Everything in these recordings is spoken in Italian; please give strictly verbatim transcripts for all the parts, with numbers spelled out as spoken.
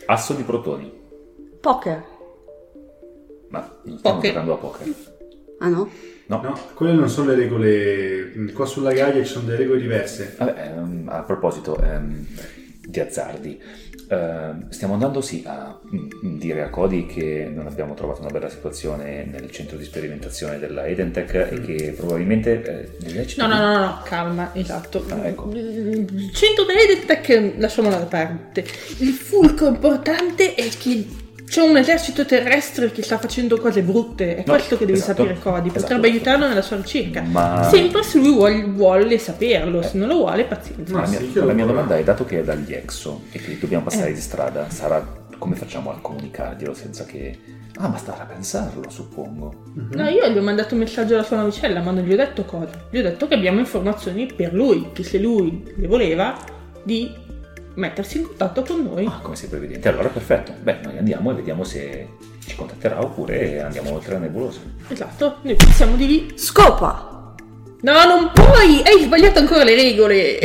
Asso di protoni. Poker. Ma non stiamo Poker. giocando a poker. Ah no? No. No, quelle non sono le regole. Qua sulla Gaia ci sono delle regole diverse. Vabbè, ehm, a proposito ehm, di azzardi, ehm, stiamo andando sì a mm, dire a Cody che non abbiamo trovato una bella situazione nel centro di sperimentazione della Edentech e che probabilmente eh, No, no, no, no, calma, esatto. Ah, ecco. Il centro dell'Edentech lasciamolo da parte. Il fulcro importante è che c'è un esercito terrestre che sta facendo cose brutte, è No, questo che devi esatto, sapere Cody, potrebbe esatto. aiutarlo nella sua ricerca. Ma- Sempre se lui vuole, vuole saperlo, se non lo vuole pazienza. Ma la mia, sì, che la mia lo- domanda è, dato che è dagli Exo e che dobbiamo passare Eh. di strada, sarà come facciamo a comunicarglielo senza che... Ah, basta a pensarlo, suppongo. No, io gli ho mandato un messaggio alla sua navicella, ma non gli ho detto cosa. Gli ho detto che abbiamo informazioni per lui, che se lui le voleva, di mettersi in contatto con noi. Ah, come sei prevedente. Allora, perfetto. Beh, noi andiamo e vediamo se ci contatterà oppure andiamo oltre la nebulosa. Esatto, noi passiamo di lì. Scopa! No, non puoi! Hai sbagliato ancora le regole!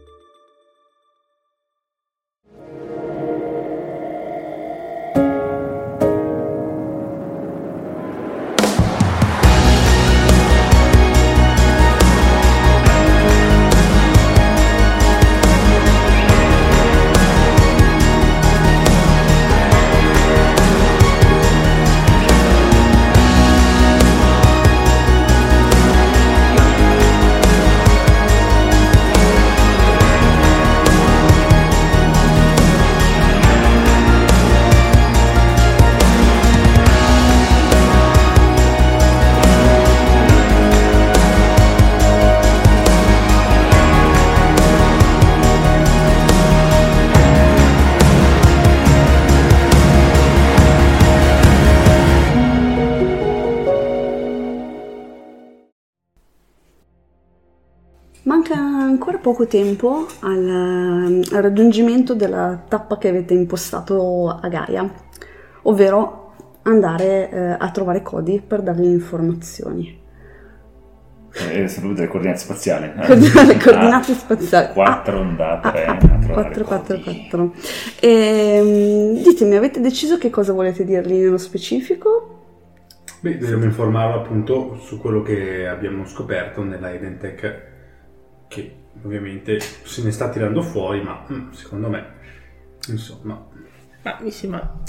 Manca ancora poco tempo al, al raggiungimento della tappa che avete impostato a Gaia, ovvero andare eh, a trovare Cody per dargli informazioni. Eh, sono delle coordinate spaziali. Le coordinate spaziali. quattro andate Ah, tre ah, a trovare quattro, quattro, Cody. quattro. Ehm, ditemi, avete deciso che cosa volete dirgli nello specifico? Beh, dobbiamo informarlo appunto su quello che abbiamo scoperto nella Edentech, che ovviamente se ne sta tirando fuori, ma mm, secondo me, insomma... Ma mi sembra...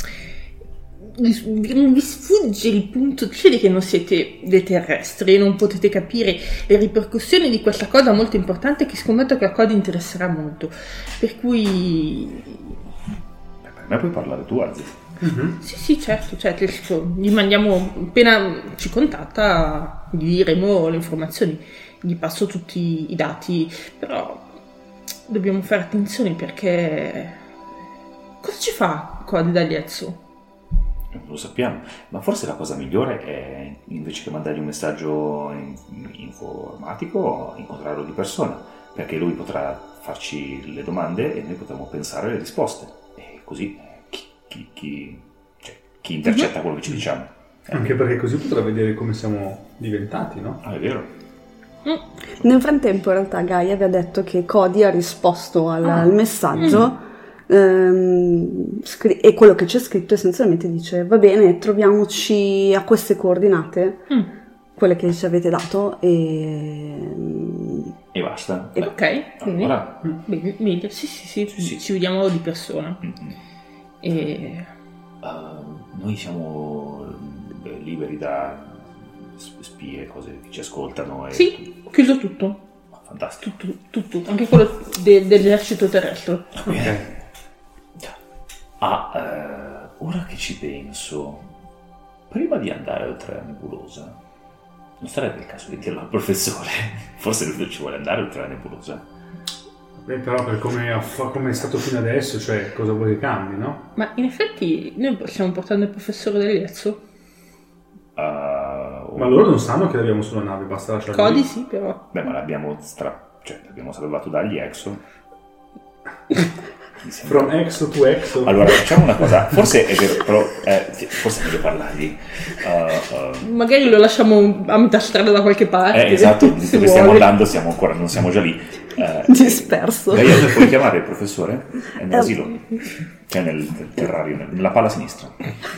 Vi vi sfugge il punto, cioè che non siete dei terrestri e non potete capire le ripercussioni di questa cosa molto importante che scommetto che a Cody interesserà molto. Per cui... Beh, per me puoi parlare tu, Aziz. Mhm. Sì, sì, certo, certo, gli mandiamo, appena ci contatta, gli diremo le informazioni, gli passo tutti i dati, però dobbiamo fare attenzione perché... Cosa ci fa Cody da Liezzo? Non lo sappiamo, ma forse la cosa migliore è, invece che mandargli un messaggio in- informatico, incontrarlo di persona, perché lui potrà farci le domande e noi potremo pensare alle risposte. E così chi, chi, chi, cioè, chi intercetta quello che ci diciamo. Eh, Anche perché così potrà vedere come siamo diventati, no? ah, è vero. Nel frattempo in realtà Gaia vi ha detto che Cody ha risposto al, Ah. al messaggio ehm, scri- e quello che c'è scritto essenzialmente dice: va bene, troviamoci a queste coordinate, Mm. quelle che ci avete dato, e E basta. E- Beh, Ok, quindi... allora, Bene, meglio, sì, sì, sì, Sì, sì. ci vediamo di persona. mm, E... uh, noi siamo eh, liberi da s- spie, cose che ci ascoltano. E Sì, ho chiuso tutto. Ah, fantastico. Tutto, tutto, anche quello de- dell'esercito terrestre. Ok. Ah, eh, ora che ci penso, prima di andare oltre la nebulosa, non sarebbe il caso di dirlo al professore? Forse lui non ci vuole andare oltre la nebulosa. Beh, però per come, ha fa- come è stato fino adesso, cioè cosa vuoi che cambi, no? Ma in effetti noi stiamo portando il professore del Liezzo. Uh, Ma loro non sanno che l'abbiamo sulla nave, basta lasciarlo Cody lì. sì, però. Beh, ma l'abbiamo stra... cioè, l'abbiamo salvato dagli Exo. Mi sembra- From exo to exo. Allora, facciamo una cosa, forse è vero, però eh, forse è meglio parlargli. Uh, uh, Magari lo lasciamo a metà strada da qualche parte. eh, esatto, di se dove stiamo vuole. andando, siamo ancora, non siamo già lì. Eh, Disperso. Gaia, puoi chiamare il professore? È Eh. nell'asilo, che è nel terrario, nella pala sinistra.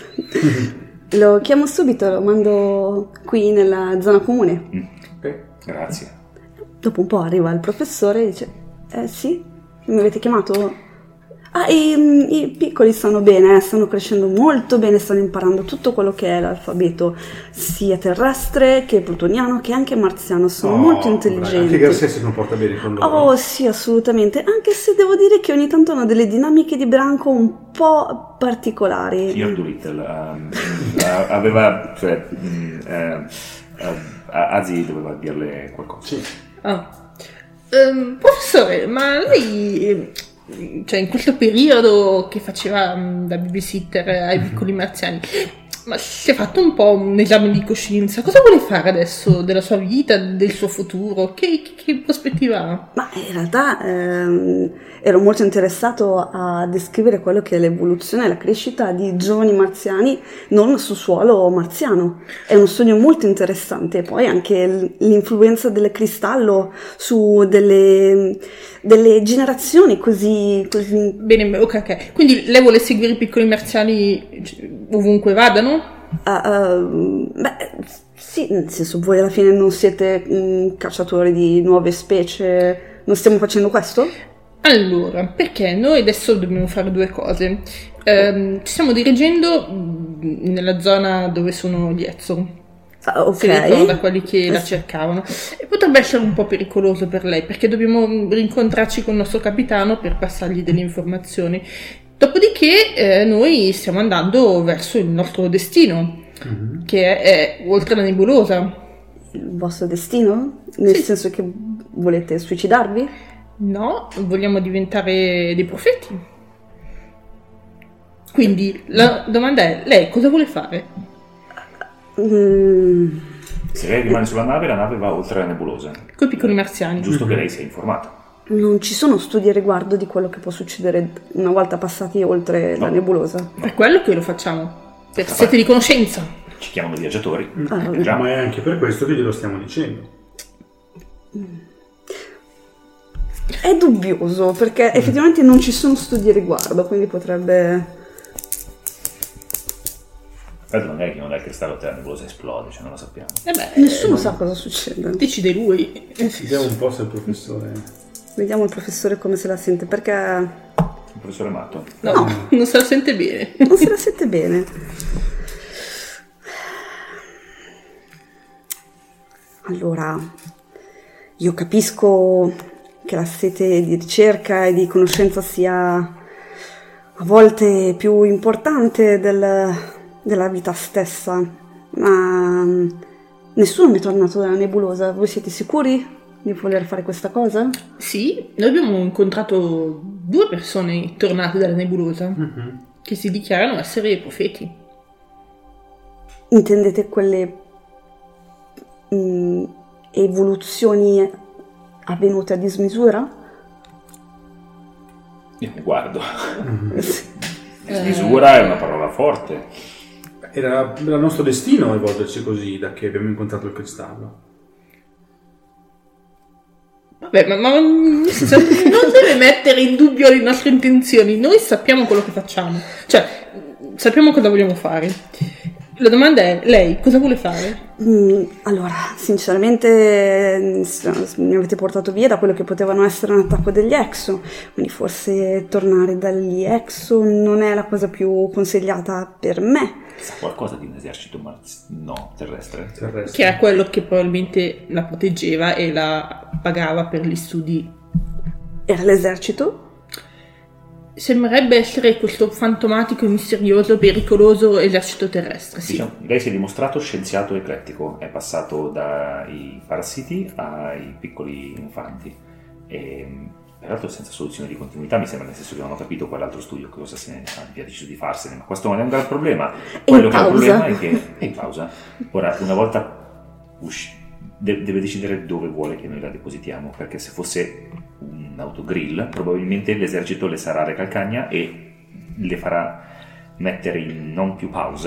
Lo chiamo subito, lo mando qui nella zona comune. Mm. Grazie. Dopo un po' arriva il professore e dice: Eh sì, mi avete chiamato? Ah, i, i piccoli stanno bene, eh, stanno crescendo molto bene, stanno imparando tutto quello che è l'alfabeto, sia terrestre che plutoniano che anche marziano, sono Oh, molto bravo. intelligenti. Anche Garcia si comporta bene con loro. Oh sì, assolutamente, anche se devo dire che ogni tanto hanno delle dinamiche di branco un po' particolari. Signor Doolittle um, aveva, cioè, mm, eh, eh, Azi doveva dirle qualcosa. Sì. Ah. Ehm, professore, ma lei, cioè in questo periodo che faceva mm, da babysitter ai piccoli marziani, ma si è fatto un po' un esame di coscienza? Cosa vuole fare adesso della sua vita, del suo futuro? Che, che, che prospettiva ha? Ma in realtà ehm, ero molto interessato a descrivere quello che è l'evoluzione e la crescita di giovani marziani non su suolo marziano. È uno studio molto interessante. E poi anche l- l'influenza del cristallo su delle, delle generazioni così, così... Bene, ok, ok. Quindi lei vuole seguire i piccoli marziani cioè, ovunque vadano? ah, ah, beh, sì, nel senso, voi alla fine non siete mm, cacciatori di nuove specie, non stiamo facendo questo? Allora, perché noi adesso dobbiamo fare due cose. Ehm, ci stiamo dirigendo mm, nella zona dove sono gli Ezzo. Ah, ok. Si ricorda quelli che la cercavano. E potrebbe essere un po' pericoloso per lei, perché dobbiamo rincontrarci con il nostro capitano per passargli delle informazioni. Dopodiché eh, noi stiamo andando verso il nostro destino, Mhm. che è, è oltre la nebulosa. Il vostro destino? Nel Sì. senso che volete suicidarvi? No, vogliamo diventare dei profeti. Quindi la domanda è, lei cosa vuole fare? Mm, Se lei rimane sulla nave, la nave va oltre la nebulosa. Con i piccoli marziani. Giusto che lei sia informata. non ci sono studi a riguardo di quello che può succedere una volta passati oltre la No. nebulosa. Per quello che lo facciamo. Per Vabbè. siete di conoscenza. Ci chiamano viaggiatori. Ah, Eh, già. Ma è anche per questo che glielo stiamo dicendo. È dubbioso perché effettivamente non ci sono studi a riguardo, quindi potrebbe... Però magari che non è il cristallo della nebulosa esplode, cioè non lo sappiamo. Eh beh, Nessuno sa cosa succede. decide lui. Vediamo un po' se il professore... Vediamo il professore come se la sente, perché Il professore Matto. No, non se la sente bene. non se la sente bene. Allora, io capisco che la sete di ricerca e di conoscenza sia a volte più importante del- della vita stessa, ma nessuno mi è tornato dalla nebulosa. Voi siete sicuri di voler fare questa cosa? Sì, noi abbiamo incontrato due persone tornate dalla nebulosa Mhm. che si dichiarano essere profeti. Intendete quelle mm, evoluzioni avvenute a dismisura? Io mi guardo. Dismisura è una parola forte. Era il nostro destino evolverci così da che abbiamo incontrato il cristallo. Vabbè, ma, ma nel senso, non deve mettere in dubbio le nostre intenzioni. Noi sappiamo quello che facciamo. Cioè, sappiamo cosa vogliamo fare. La domanda è, lei cosa vuole fare? Mm, allora, sinceramente mm, s- mi avete portato via da quello che potevano essere un attacco degli Exo, quindi forse tornare dagli Exo non è la cosa più consigliata per me. Sa qualcosa di un esercito marz- no, terrestre? Terrestre. Che era quello che probabilmente la proteggeva e la pagava per gli studi. Era l'esercito? Sembrerebbe essere questo fantomatico e misterioso, pericoloso esercito terrestre, sì. Diciamo, lei si è dimostrato scienziato eclettico, è passato dai parassiti ai piccoli infanti. E, peraltro senza soluzione di continuità, mi sembra, nel senso che non ho capito quell'altro studio cosa se ne abbia deciso di farsene, ma questo non è un gran problema. Quello che è il pausa. problema è che è in pausa. Ora, una volta usci- de- deve decidere dove vuole che noi la depositiamo, perché se fosse un autogrill, probabilmente l'esercito le sarà recalcagna e le farà mettere in non più pausa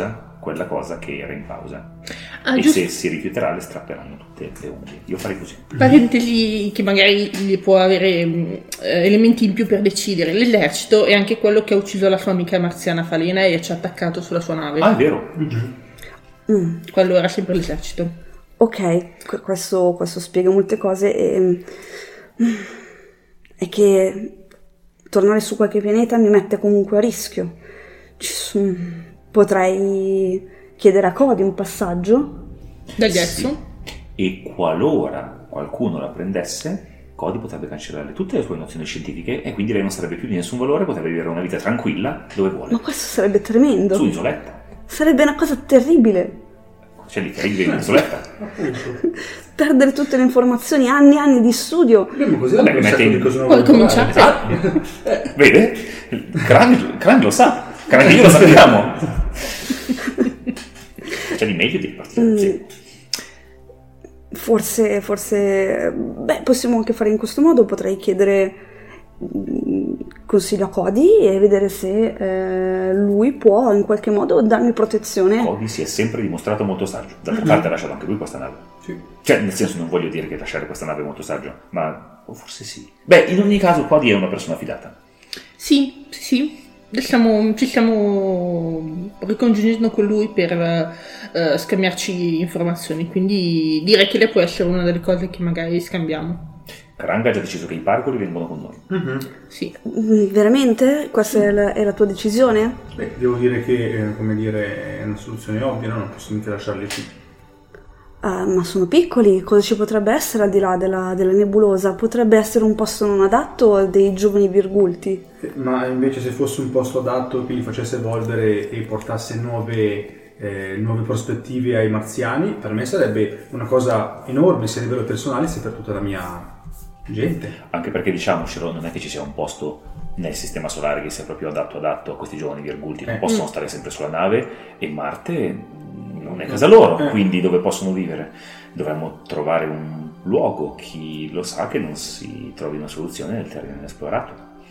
quella cosa che era in pausa. Ah, e giusto. se si rifiuterà le strapperanno tutte le unghie. Io farei così. Parentegli che magari gli può avere mh, eh, elementi in più per decidere. L'esercito è anche quello che ha ucciso la sua amica marziana Falena e ci ha attaccato sulla sua nave. Ah, è vero. Mm. Quello era sempre l'esercito. Ok, que- questo, questo spiega molte cose e mm, è che tornare su qualche pianeta mi mette comunque a rischio. Ci son- potrei chiedere a Cody un passaggio? Dagli Exo? Sì. E qualora qualcuno la prendesse, Cody potrebbe cancellare tutte le sue nozioni scientifiche e quindi lei non sarebbe più di nessun valore, potrebbe vivere una vita tranquilla dove vuole. Ma questo sarebbe tremendo. Su isoletta. Sarebbe una cosa terribile. C'è lì che vive in isoletta. Perdere tutte le informazioni, anni e anni di studio. Abbiamo così Vabbè, un sacco mette in- di cose Puoi nuove da cominciare. imparare. Esatto. Vede? Krang, Krang lo sa. Krang io lo sappiamo. C'è di meglio di partire. Sì. Forse, forse, beh, possiamo anche fare in questo modo. Potrei chiedere mm, consiglio a Cody e vedere se eh, lui può in qualche modo darmi protezione. Cody si è sempre dimostrato molto saggio. D'altra parte ha lasciato anche lui questa nave. Sì. Cioè, nel senso, non voglio dire che lasciare questa nave è molto saggio, ma o forse sì. Beh, in ogni caso Cody è una persona fidata. Sì, sì, sì. Stiamo, ci stiamo ricongiungendo con lui per eh, scambiarci informazioni, quindi direi che lei può essere una delle cose che magari scambiamo. Krang ha già deciso che i parcoli vengono con noi. Mhm. Sì. Mm, Veramente? Questa è la, è la tua decisione? Beh, devo dire che, eh, come dire, è una soluzione ovvia, no? Non posso mica lasciarli qui. Ah, ma sono piccoli, cosa ci potrebbe essere al di là della, della nebulosa? Potrebbe essere un posto non adatto a dei giovani virgulti. Eh, Ma invece se fosse un posto adatto che li facesse evolvere e portasse nuove, eh, nuove prospettive ai marziani, per me sarebbe una cosa enorme sia a livello personale sia per tutta la mia gente. Anche perché, diciamocelo, non è che ci sia un posto nel sistema solare che sia proprio adatto adatto a questi giovani virgulti. Non Eh. possono stare sempre sulla nave e Marte non è casa loro, Eh. quindi dove possono vivere? Dovremmo trovare un luogo, chi lo sa che non si trovi una soluzione nel terreno inesplorato.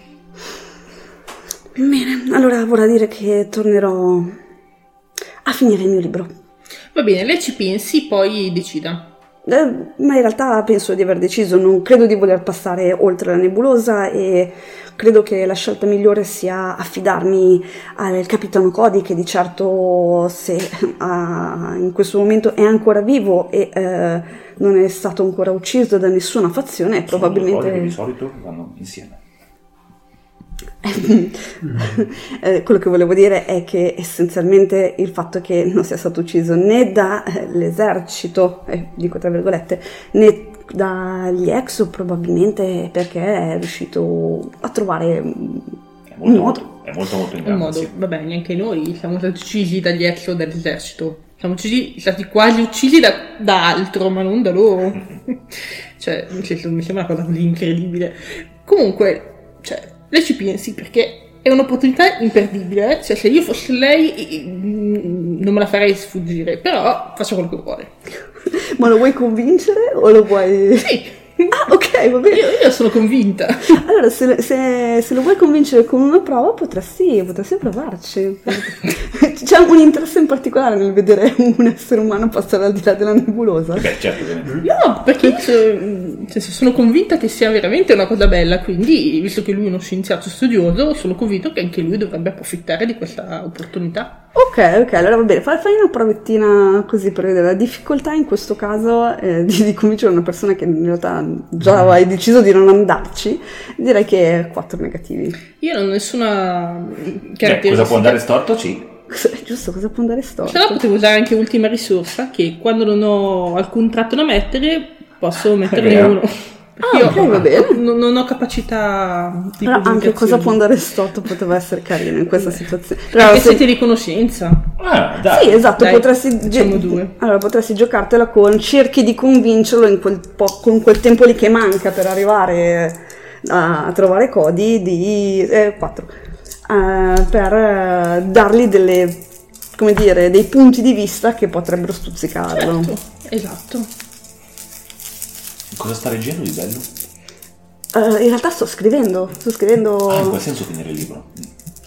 Bene, allora vorrà dire che tornerò a finire il mio libro. Va bene, lei ci pensi, poi decida. Eh, ma in realtà penso di aver deciso, non credo di voler passare oltre la nebulosa e credo che la scelta migliore sia affidarmi al capitano Cody, che di certo se ha- in questo momento è ancora vivo e eh, non è stato ancora ucciso da nessuna fazione, Sono due cose che di probabilmente solito vanno insieme. Eh, quello che volevo dire è che essenzialmente il fatto che non sia stato ucciso né dall'esercito, eh, dico tra virgolette, né dagli Exo, probabilmente perché è riuscito a trovare È un molto, modo. è molto molto in Un gamba, modo, sì. vabbè, neanche noi siamo stati uccisi dagli Exo dell'esercito. Siamo uccisi, stati quasi uccisi da, da altro, ma non da loro. Cioè, nel senso, mi sembra una cosa così incredibile. Comunque, cioè, lei ci pensi perché è un'opportunità imperdibile. Cioè, se io fossi lei, eh, non me la farei sfuggire, però faccio quello che vuole. Ma lo vuoi convincere o lo vuoi... Sì, Ah, ok, va bene. io, io sono convinta. Allora, se, se- se lo vuoi convincere con una prova, potresti, potresti provarci. C'è un interesse in particolare nel vedere un essere umano passare al di là della nebulosa. Beh, certo, ovviamente. No, perché io so- nel senso, sono convinta che sia veramente una cosa bella, quindi, visto che lui è uno scienziato studioso, sono convinto che anche lui dovrebbe approfittare di questa opportunità. Ok, ok, allora va bene, fai, fai una provettina così per vedere la difficoltà in questo caso eh, di, di convincere una persona che in realtà già hai deciso di non andarci, direi che è quattro negativi. Io non ho nessuna Beh, caratteristica. cosa può andare storto? Sì. Giusto, cosa può andare storto? Se no potevo usare anche ultima risorsa, che quando non ho alcun tratto da mettere, posso metterne vero. uno. Perché Ah, io ok, va bene. non, non ho capacità di Però anche cosa comunicazione. può andare storto poteva essere carino in questa situazione. Anche Allora, se- siete di conoscenza. Ah, dai. Sì, esatto, Dai, potresti, facciamo due. allora, potresti giocartela con cerchi di convincerlo in quel po', con quel tempo lì che manca per arrivare a, a trovare Cody di eh, quattro eh, per eh, dargli delle, come dire, dei punti di vista che potrebbero stuzzicarlo. Certo, esatto. Cosa sta leggendo di bello? Eh, in realtà sto scrivendo, sto scrivendo. Ah, in quel senso finire il libro.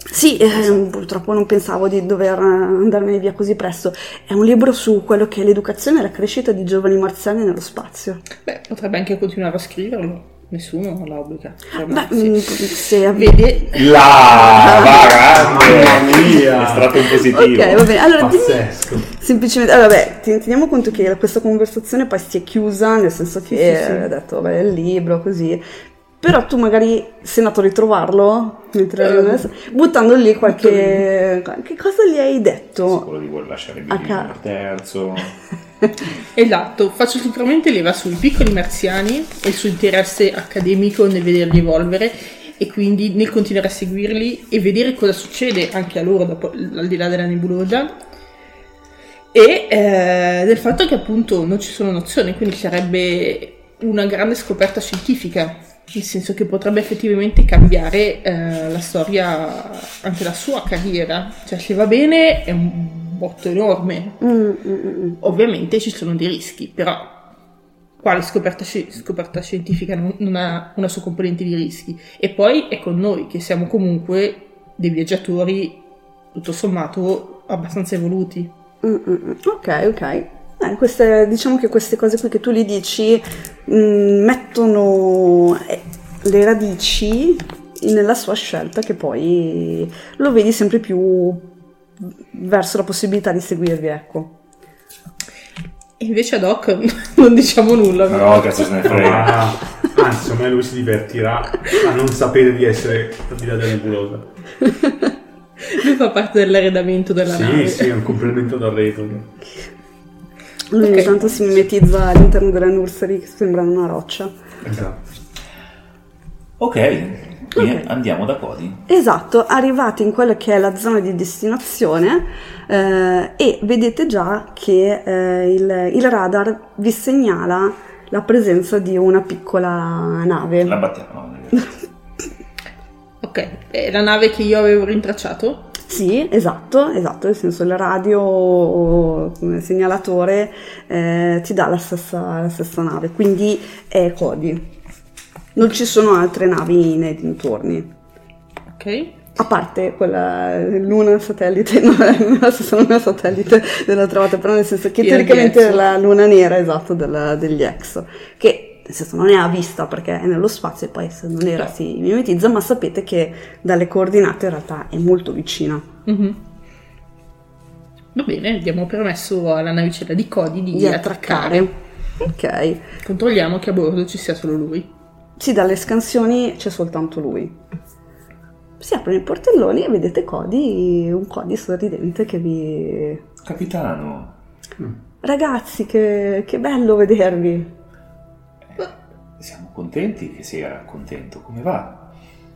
Sì, eh, purtroppo non pensavo di dover andarmene via così presto. È un libro su quello che è l'educazione e la crescita di giovani marziani nello spazio. Beh, potrebbe anche continuare a scriverlo. Nessuno la obbliga. Beh, se vede la va grande, mamma mia, è stato un positivo. Ok, va bene. Allora, pazzesco. Dimmi, semplicemente, allora, vabbè, teniamo conto che questa conversazione poi si è chiusa, nel senso che sì, sì, sì. hai detto, vabbè, il libro, così. Però tu magari sei andato a ritrovarlo mentre uh, buttando lì qualche che cosa gli hai detto? Sicuro di voler lasciare il bambino nel terzo. Esatto, faccio sicuramente leva sui piccoli marziani e il suo interesse accademico nel vederli evolvere e quindi nel continuare a seguirli e vedere cosa succede anche a loro dopo, al di là della nebulosa, e eh, del fatto che appunto non ci sono nozioni, quindi sarebbe una grande scoperta scientifica, nel senso che potrebbe effettivamente cambiare eh, la storia, anche la sua carriera, cioè se va bene è un botto enorme. Mm, mm, mm. Ovviamente ci sono dei rischi, però quale scoperta, scoperta scientifica non, non ha una sua componente di rischi? E poi è con noi che siamo comunque dei viaggiatori tutto sommato abbastanza evoluti. Mm, mm, ok, ok. Eh, queste, diciamo che queste cose qui che tu gli dici mh, mettono eh, le radici nella sua scelta, che poi lo vedi sempre più verso la possibilità di seguirvi, ecco. E invece ad hoc non diciamo nulla. No, cazzo se ne frega. Ah, anzi, secondo me lui si divertirà a non sapere di essere al di là della nebulosa. Lui fa parte dell'arredamento della sì, nave. Sì, sì, è un complemento d'arredo. Lui ogni Okay. tanto si mimetizza all'interno della nursery che sembra una roccia. Esatto. Ok, quindi Ok. andiamo da Cody. Esatto, arrivati in quella che è la zona di destinazione eh, e vedete già che eh, il, il radar vi segnala la presenza di una piccola nave. La battiamo. No, Ok, è la nave che io avevo rintracciato? Sì, esatto, esatto, nel senso il radio come segnalatore eh, ti dà la stessa, la stessa nave, quindi è Cody. Non ci sono altre navi nei dintorni. Ok. A parte quella luna satellite, no, non la stessa luna satellite dell'altra volta, però nel senso che Era teoricamente gli è Exo. la luna nera, esatto, della- degli Exo, che nel senso non è a vista perché è nello spazio e poi essendo nera No. si mimetizza, ma sapete che dalle coordinate in realtà è molto vicina. Mhm. Va bene, diamo permesso alla navicella di Cody di, Di attraccare. attraccare. Ok. Controlliamo che a bordo ci sia solo lui. Sì, dalle scansioni c'è soltanto lui. Si aprono i portelloni e vedete Cody, un Cody sorridente che vi... Capitano. Ragazzi, che, che bello vedervi. Siamo contenti che sia contento. Come va?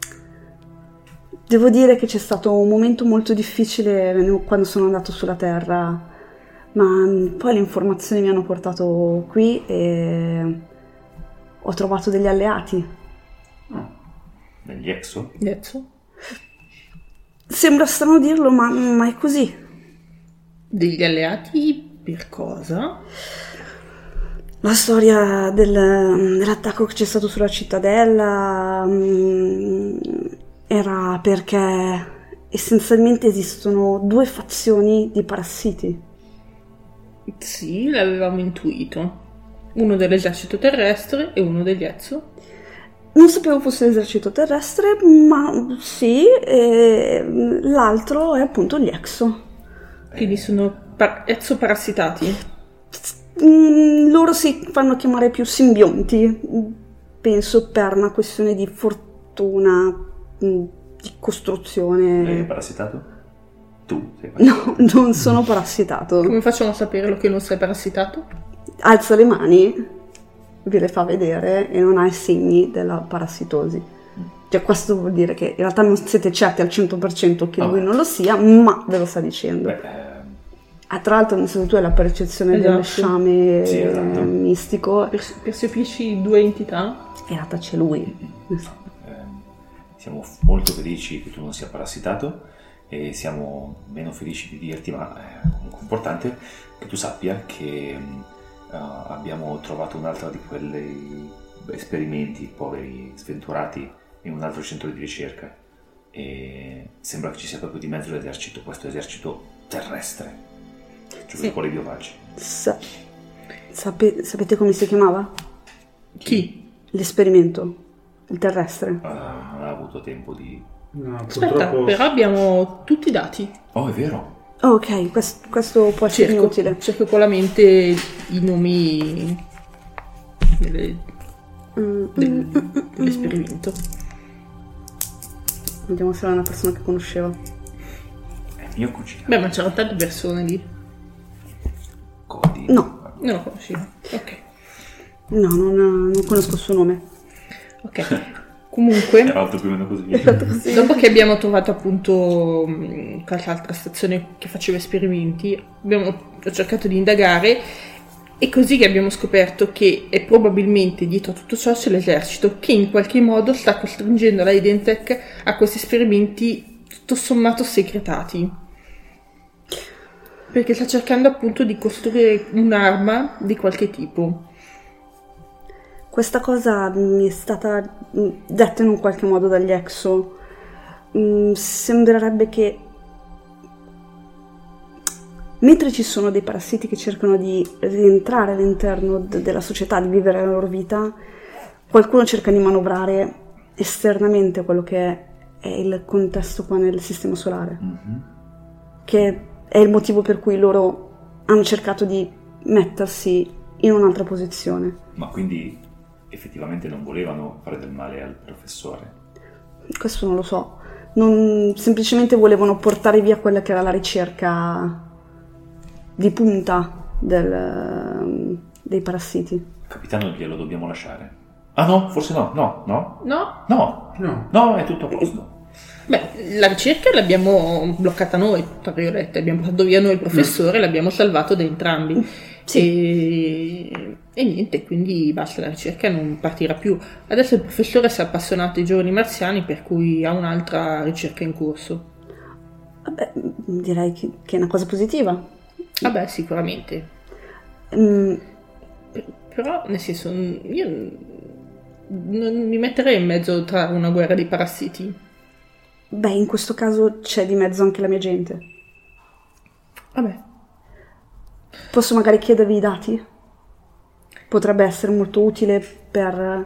Devo dire che c'è stato un momento molto difficile quando sono andato sulla Terra, ma poi le informazioni mi hanno portato qui e ho trovato degli alleati. Degli Exo? Adesso? Sembra strano dirlo, ma, ma è così. Degli alleati per cosa? La storia del- dell'attacco che c'è stato sulla cittadella mm, era perché essenzialmente esistono due fazioni di parassiti. Sì, l'avevamo intuito. Uno dell'esercito terrestre e uno degli Exo. Non sapevo fosse l'esercito terrestre, ma sì, e l'altro è appunto gli Exo. Quindi sono par- Exo parassitati. Mm, loro si fanno chiamare più simbionti, penso per una questione di fortuna, mm, di costruzione. Lei è parassitato? Tu sei parassitato? No, non sono parassitato. Come facciamo a sapere lo che non sei parassitato? Alza le mani, ve le fa vedere e non ha i segni della parassitosi. Cioè questo vuol dire che in realtà non siete certi al cento per cento che Ah. lui non lo sia, ma ve lo sta dicendo. Beh, ehm, Ah, tra l'altro nel senso tu hai la percezione dello Esatto. sciame Sì, esatto. eh, mistico, Per- percepisci due entità? in realtà c'è lui. ehm, siamo f- molto felici che tu non sia parassitato e siamo meno felici di dirti, ma è comunque importante che tu sappia che mh, eh, abbiamo trovato un'altra di quegli esperimenti poveri sventurati in un altro centro di ricerca. e sembra che ci sia proprio di mezzo l'esercito, questo esercito terrestre, cioè Sì. con le biopagi. Sa- sape- sapete come si chiamava? Chi? L'esperimento, il terrestre. Ah, non ha avuto tempo di... No, Aspetta, purtroppo però abbiamo tutti i dati. Oh, è vero. Oh, ok, quest- questo può essere Cerco, utile. cerco con la mente i nomi delle- Mm, del- mm, mm, mm. dell'esperimento. Vediamo se era una persona che conosceva. È mio cugino. Beh, ma c'erano tante persone lì. Cody. No. Non lo conoscevo. Ok. No, non, non conosco il suo nome. Ok. Comunque, Era fatto più o meno così. dopo che abbiamo trovato appunto mh, qualche altra stazione che faceva esperimenti, abbiamo ho cercato di indagare e così che abbiamo scoperto che è probabilmente dietro a tutto ciò c'è l'esercito che in qualche modo sta costringendo la Identech a questi esperimenti tutto sommato segretati. Perché sta cercando appunto di costruire un'arma di qualche tipo. Questa cosa mi è stata mm, detta in un qualche modo dagli Exo. Mm, sembrerebbe che mentre ci sono dei parassiti che cercano di rientrare all'interno de- della società, di vivere la loro vita, qualcuno cerca di manovrare esternamente quello che è, è il contesto qua nel sistema solare, Mhm. che è il motivo per cui loro hanno cercato di mettersi in un'altra posizione. Ma quindi effettivamente non volevano fare del male al professore. Questo non lo so. Non, semplicemente volevano portare via quella che era la ricerca di punta del- dei parassiti. Capitano, glielo dobbiamo lasciare. Ah no, forse no, no, no, No? no, no. no, è tutto a posto. Beh, la ricerca l'abbiamo bloccata noi, tra virgolette, abbiamo portato via noi il professore e l'abbiamo salvato da entrambi. E... e niente, quindi basta, la ricerca non partirà più. Adesso il professore si è appassionato ai giovani marziani, per cui ha un'altra ricerca in corso. Vabbè, direi che, che è una cosa positiva. Vabbè, sicuramente. Mm, Per- Però, nel senso, io non mi metterei in mezzo tra una guerra di parassiti. beh, in questo caso c'è di mezzo anche la mia gente. Vabbè. Posso magari chiedervi i dati? Potrebbe essere molto utile per...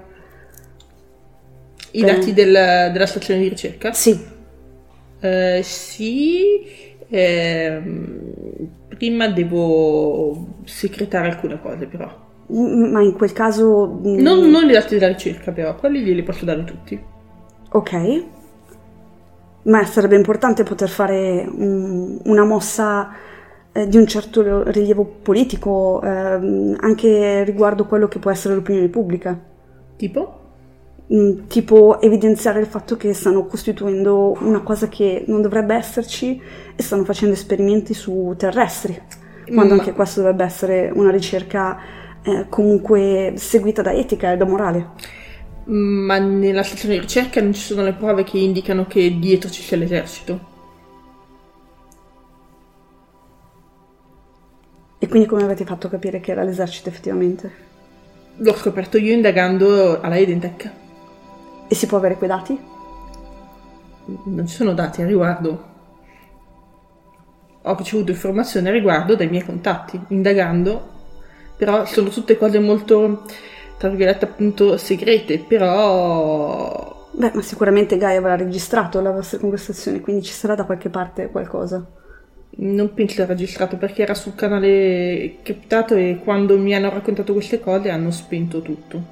I Per- dati del- della stazione di ricerca? Sì, Eh, sì, ehm, prima devo secretare alcune cose però. m- ma in quel caso... mm, Non, non i dati della ricerca però, quelli glieli posso dare tutti. Ok. Ma sarebbe importante poter fare un- una mossa eh, di un certo rilievo politico, ehm, anche riguardo quello che può essere l'opinione pubblica. Tipo? Mm, tipo evidenziare il fatto che stanno costituendo una cosa che non dovrebbe esserci e stanno facendo esperimenti su terrestri, quando Ma- anche questo dovrebbe essere una ricerca eh, comunque seguita da etica e da morale. Ma nella stazione di ricerca non ci sono le prove che indicano che dietro ci sia l'esercito. E quindi come avete fatto a capire che era l'esercito effettivamente? L'ho scoperto io indagando alla Identech. E si può avere quei dati? Non ci sono dati a riguardo. Ho ricevuto informazioni a riguardo dai miei contatti, indagando, però sono tutte cose molto, tra virgolette, appunto, segrete, però... Beh, ma sicuramente Gaia avrà registrato la vostra conversazione, quindi ci sarà da qualche parte qualcosa. Non penso l'ha registrato perché era sul canale criptato e quando mi hanno raccontato queste cose hanno spento tutto.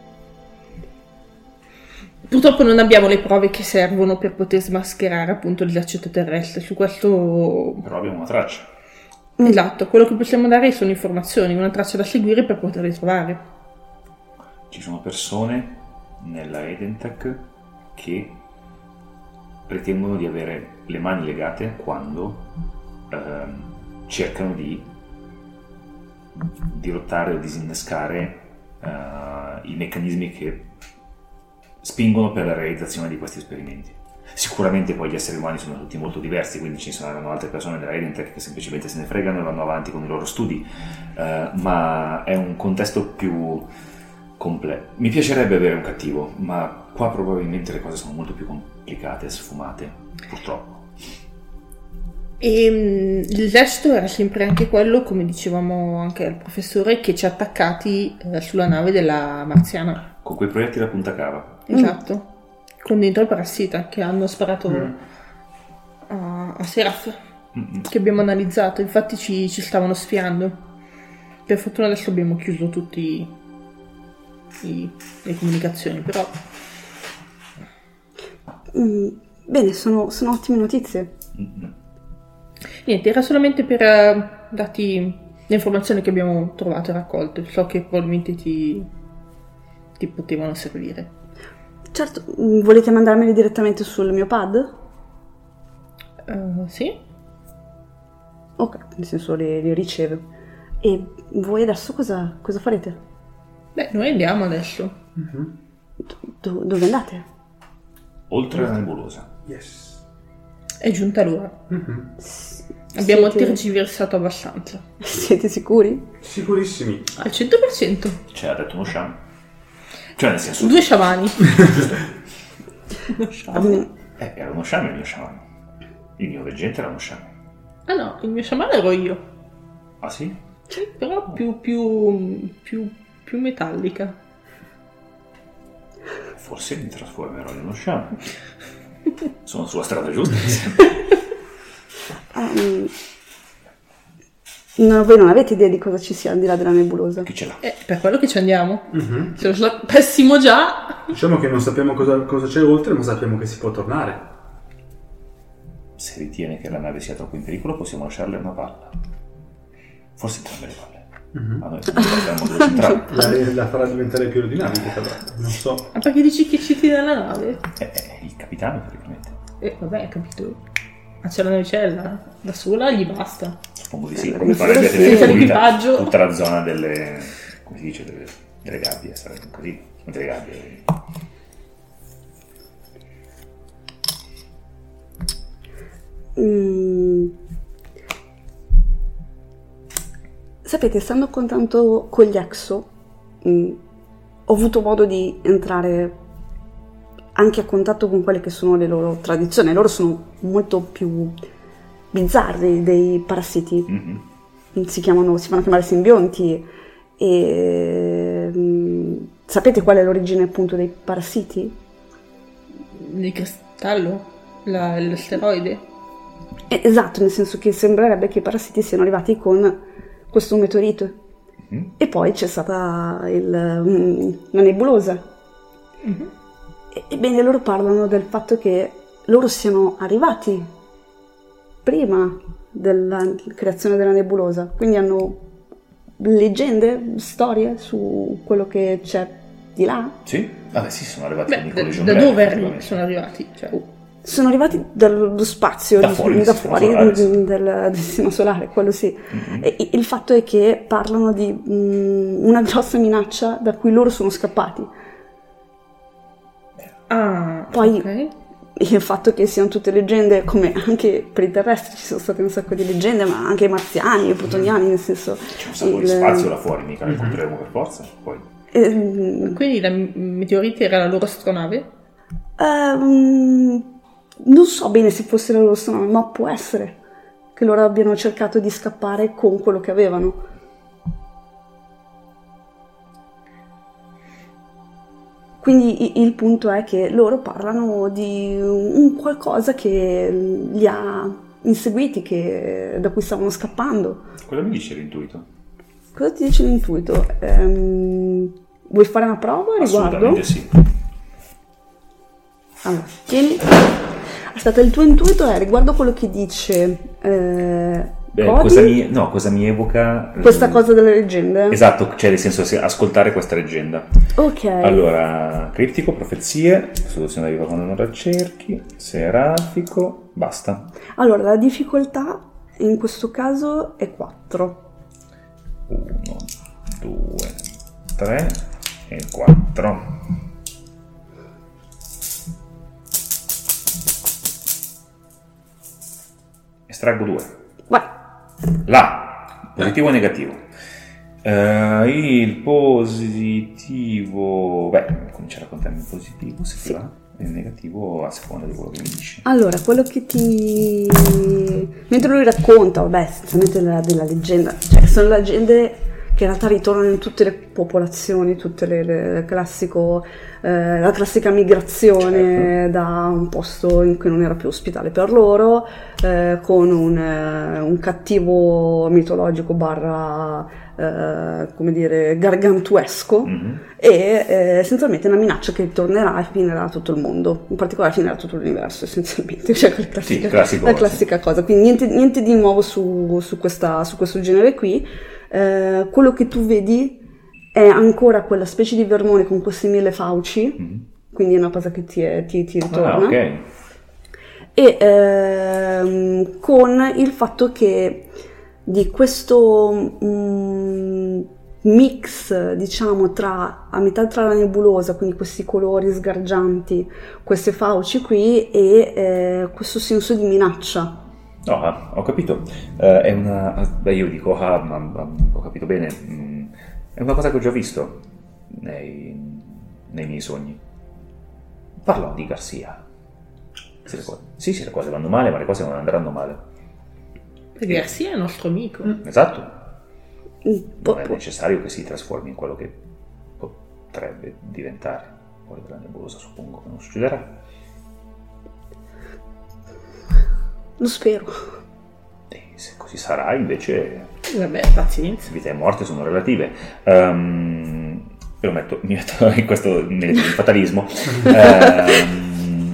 Purtroppo non abbiamo le prove che servono per poter smascherare appunto l'esercito terrestre. Su questo... Però abbiamo una traccia. Esatto, quello che possiamo dare sono informazioni, una traccia da seguire per poterle trovare. Ci sono persone nella Edentech che ritengono di avere le mani legate quando ehm, cercano di dirottare o disinnescare eh, i meccanismi che spingono per la realizzazione di questi esperimenti. Sicuramente poi gli esseri umani sono tutti molto diversi, quindi ci saranno altre persone della Edentech che semplicemente se ne fregano e vanno avanti con i loro studi, eh, ma è un contesto più completo. Mi piacerebbe avere un cattivo, ma qua probabilmente le cose sono molto più complicate e sfumate. purtroppo. E mh, il gesto era sempre anche quello, come dicevamo anche al professore, che ci ha attaccati eh, sulla nave della marziana. Con quei proiettili a punta cava. Esatto. Mm. Con dentro il parassita che hanno sparato Mm. a, a Seraph, Mm-mm. che abbiamo analizzato. Infatti ci, ci stavano spiando. Per fortuna adesso abbiamo chiuso tutti i, le comunicazioni, però... Mm, bene, sono, sono ottime notizie. Mm-mm. Niente, era solamente per uh, darti le informazioni che abbiamo trovato e raccolto. So che probabilmente ti, ti potevano servire. Certo, mm, volete mandarmeli direttamente sul mio pad? Uh, sì? Ok, nel senso li, li riceve. E voi adesso cosa, cosa farete? Beh, noi andiamo adesso. Mhm. Do- dove andate? Oltre la nebulosa. Yes. È giunta l'ora. Mhm. Abbiamo Siete- tergiversato abbastanza. Siete sicuri? Sicurissimi. Al cento per cento. Cioè, ha detto uno sciame. Cioè, nel senso... Due sciamani. Uno sciame. Mm, Eh, era uno sciame il mio sciamano. Il mio veggente era uno sciame. Ah no, il mio sciamano ero io. Ah sì? Sì, però più, più, più, più metallica. Forse mi trasformerò in uno sciame. Sono sulla strada giusta. ehm, no, voi non avete idea di cosa ci sia al di là della nebulosa? Chi ce l'ha? Eh, per quello che ci andiamo. Mhm. Se lo sapessimo già. Diciamo che non sappiamo cosa, cosa c'è oltre, ma sappiamo che si può tornare. Se ritiene che la nave sia troppo in pericolo, possiamo lasciarle una palla. Forse entrambe le palle. Ma noi abbiamo due centrali. La, la farà diventare più aerodinamica, tra l'altro. Non so. Ma perché dici che ci tiene la nave? Eh, eh, il capitano, praticamente. Eh, vabbè, capito. Ma c'è la navicella. Da sola gli basta. Suppongo di sì. Eh, Come sì, farebbe sì. tenere Senza pulita l'equipaggio. tutta la zona delle... come si dice? Delle, delle gabbie. Sarebbe così. Delle gabbie. Mm. Sapete, stando a contatto con gli Exo, mm, ho avuto modo di entrare anche a contatto con quelle che sono le loro tradizioni. Loro sono molto più bizzarri dei parassiti. Mhm. Si chiamano, si fanno chiamare simbionti. E mm, sapete qual è l'origine appunto dei parassiti? Il cristallo? La, l'asteroide? Eh, esatto, nel senso che sembrerebbe che i parassiti siano arrivati con questo meteorito. Mhm. E poi c'è stata il, mm, la nebulosa. Mhm. E- Ebbene, loro parlano del fatto che loro siano arrivati prima della creazione della nebulosa, quindi hanno leggende, storie su quello che c'è di là. Sì? Vabbè, sì, sono arrivati Beh, con da, Nicole da Jongler, dove arri- effettivamente. sono arrivati? Cioè, Sono arrivati dallo spazio, Da di- fuori del da sistema fuori solare, sì. del, del sistema solare, quello sì. Mhm. E i- il fatto è che parlano di mm, una grossa minaccia da cui loro sono scappati. ah, Poi- ok. Il fatto che siano tutte leggende, come anche per i terrestri ci sono state un sacco di leggende, ma anche i marziani, i plutoniani, nel senso... C'è un sacco di il- spazio là fuori, mica lo incontreremo per forza. Poi. ehm, Quindi la m- meteorite era la loro astronave? ehm, non so bene se fosse la loro astronave, ma può essere che loro abbiano cercato di scappare con quello che avevano. Quindi i- il punto è che loro parlano di un qualcosa che li ha inseguiti, che- da cui stavano scappando. Cosa mi dice l'intuito? Cosa ti dice l'intuito? Ehm, vuoi fare una prova a riguardo? Assolutamente sì. Allora, tieni. Aspetta, il tuo intuito è riguardo quello che dice eh, Beh, Cody, cosa mi, no, cosa mi evoca... questa cosa delle leggende. Esatto, cioè nel senso se- ascoltare questa leggenda. Ok. Allora, criptico, profezie, soluzione arriva quando non la cerchi, serafico, basta. Allora, la difficoltà in questo caso è quattro. uno, due, tre e quattro. Estraggo due. Vai. Là, positivo o negativo? Eh, il positivo... Beh, cominciare a contarmi il positivo, se ti Sì. va. e negativo a seconda di quello che mi dici. Allora, quello che ti... mentre lui racconta, vabbè, essenzialmente della, della leggenda, cioè sono leggende che in realtà ritornano in tutte le popolazioni, tutte le, le classico, eh, la classica migrazione, certo, da un posto in cui non era più ospitale per loro, eh, con un, eh, un cattivo mitologico barra, eh, come dire, gargantuesco, mm-hmm, e eh, essenzialmente una minaccia che tornerà e finirà tutto il mondo, in particolare finirà tutto l'universo essenzialmente, cioè la classica, sì, la classica cosa, quindi niente, niente di nuovo su, su, questa, su questo genere qui. Eh, quello che tu vedi è ancora quella specie di vermone con questi mille fauci, mm-hmm, quindi è una cosa che ti, è, ti, ti ritorna, ah, okay, e ehm, con il fatto che di questo mm, mix, diciamo, tra a metà tra la nebulosa, quindi questi colori sgargianti, queste fauci qui, e eh, questo senso di minaccia. No, ah, ho capito. Uh, è una. Beh, io dico, ah, ma, ma ho capito bene. Mm, è una cosa che ho già visto nei, nei miei sogni. Parlo di Garcia. Se le cose, sì, sì, le cose vanno male, ma le cose non andranno male. Perché Garcia è il nostro amico. Esatto. Non è necessario che si trasformi in quello che potrebbe diventare. Poi della nebulosa suppongo che non succederà. Lo spero. E se così sarà, invece... Vabbè, pazienza. Vita e morte sono relative. Um, e lo metto, mi metto in questo nel fatalismo. um,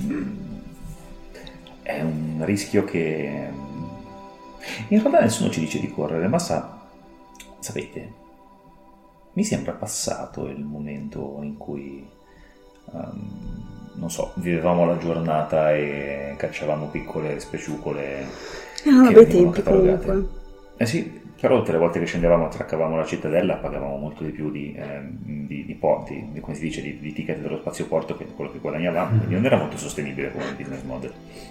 è un rischio che... In realtà nessuno ci dice di correre, ma sa... Sapete, mi sembra passato il momento in cui... Um, non so, vivevamo la giornata e cacciavamo piccole speciucole. Erano bei tempi comunque. Eh sì, però tutte le volte che scendevamo, attraccavamo la cittadella, pagavamo molto di più di, eh, di, di porti, di, come si dice, di, di ticket dello spazioporto che quello che guadagnavamo, quindi non era molto sostenibile come business model.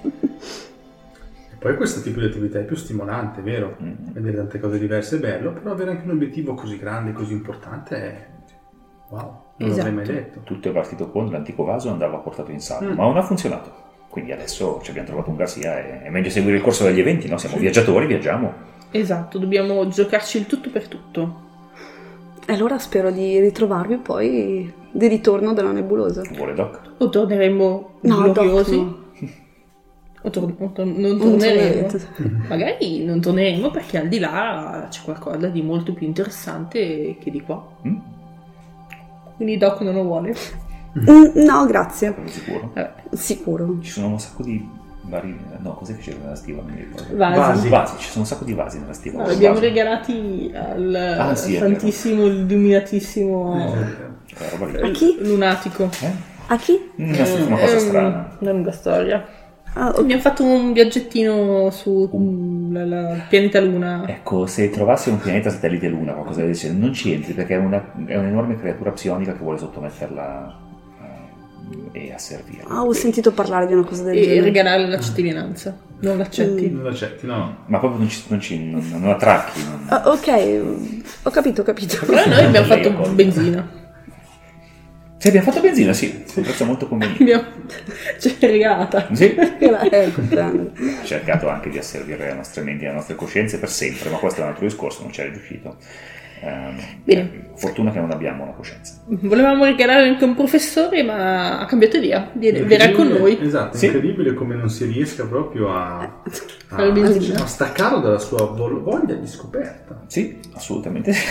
E poi questo tipo di attività è più stimolante, vero? Mm-hmm. Vedere tante cose diverse è bello, però avere anche un obiettivo così grande, così importante è... Wow. Non esatto. l'avrei mai detto. Tutto è partito con l'antico vaso e andava portato in salvo, mm. ma non ha funzionato. Quindi adesso ci abbiamo trovato un Garcia e è meglio seguire il corso degli eventi, no? Siamo sì. viaggiatori, viaggiamo. Esatto, dobbiamo giocarci il tutto per tutto. E allora spero di ritrovarvi poi di ritorno dalla nebulosa. Vuole Doc? O torneremo no, gloriosi? Doc, no. O tor- o tor- non torneremo. Magari non torneremo perché al di là c'è qualcosa di molto più interessante che di qua. Mm? Quindi Doc non lo vuole? Mm, no, grazie. Sicuro? Eh, sicuro. Ci sono un sacco di vari... No, cos'è che c'era nella stiva? Non mi ricordo. Vasi. Vasi. Vasi. Ci sono un sacco di vasi nella stiva. No, li abbiamo regalati al ah, sì, santissimo, illuminatissimo eh, a chi? lunatico. Eh? A chi? Una, una cosa strana. Una lunga storia. Ah, okay. Abbiamo fatto un viaggettino su uh. la, la pianeta Luna. Ecco, se trovassi un pianeta satellite Luna, qualcosa del genere, non ci entri perché è, una, è un'enorme creatura psionica che vuole sottometterla uh, e asservirla. Ah, ho sentito parlare di una cosa del e genere. E regalare la cittadinanza. Non l'accetti? Mm. Non l'accetti, no. Ma proprio non ci, non ci non, non attracchi. Non... Ah, ok, ho capito, ho capito. Però noi abbiamo fatto benzina. Sì, abbiamo fatto benzina, sì, un prezzo molto conveniente. Abbiamo... Ci è regalata. Sì. Ho cercato anche di asservire le nostre menti e le nostre coscienze per sempre, ma questo è un altro discorso, non ci è riuscito. Um, Bene. Fortuna che non abbiamo una coscienza. Volevamo regalare anche un professore, ma ha cambiato idea, verrà con noi. Esatto, sì. Incredibile come non si riesca proprio a, a, a, a staccarlo dalla sua voglia di scoperta. Sì, assolutamente sì.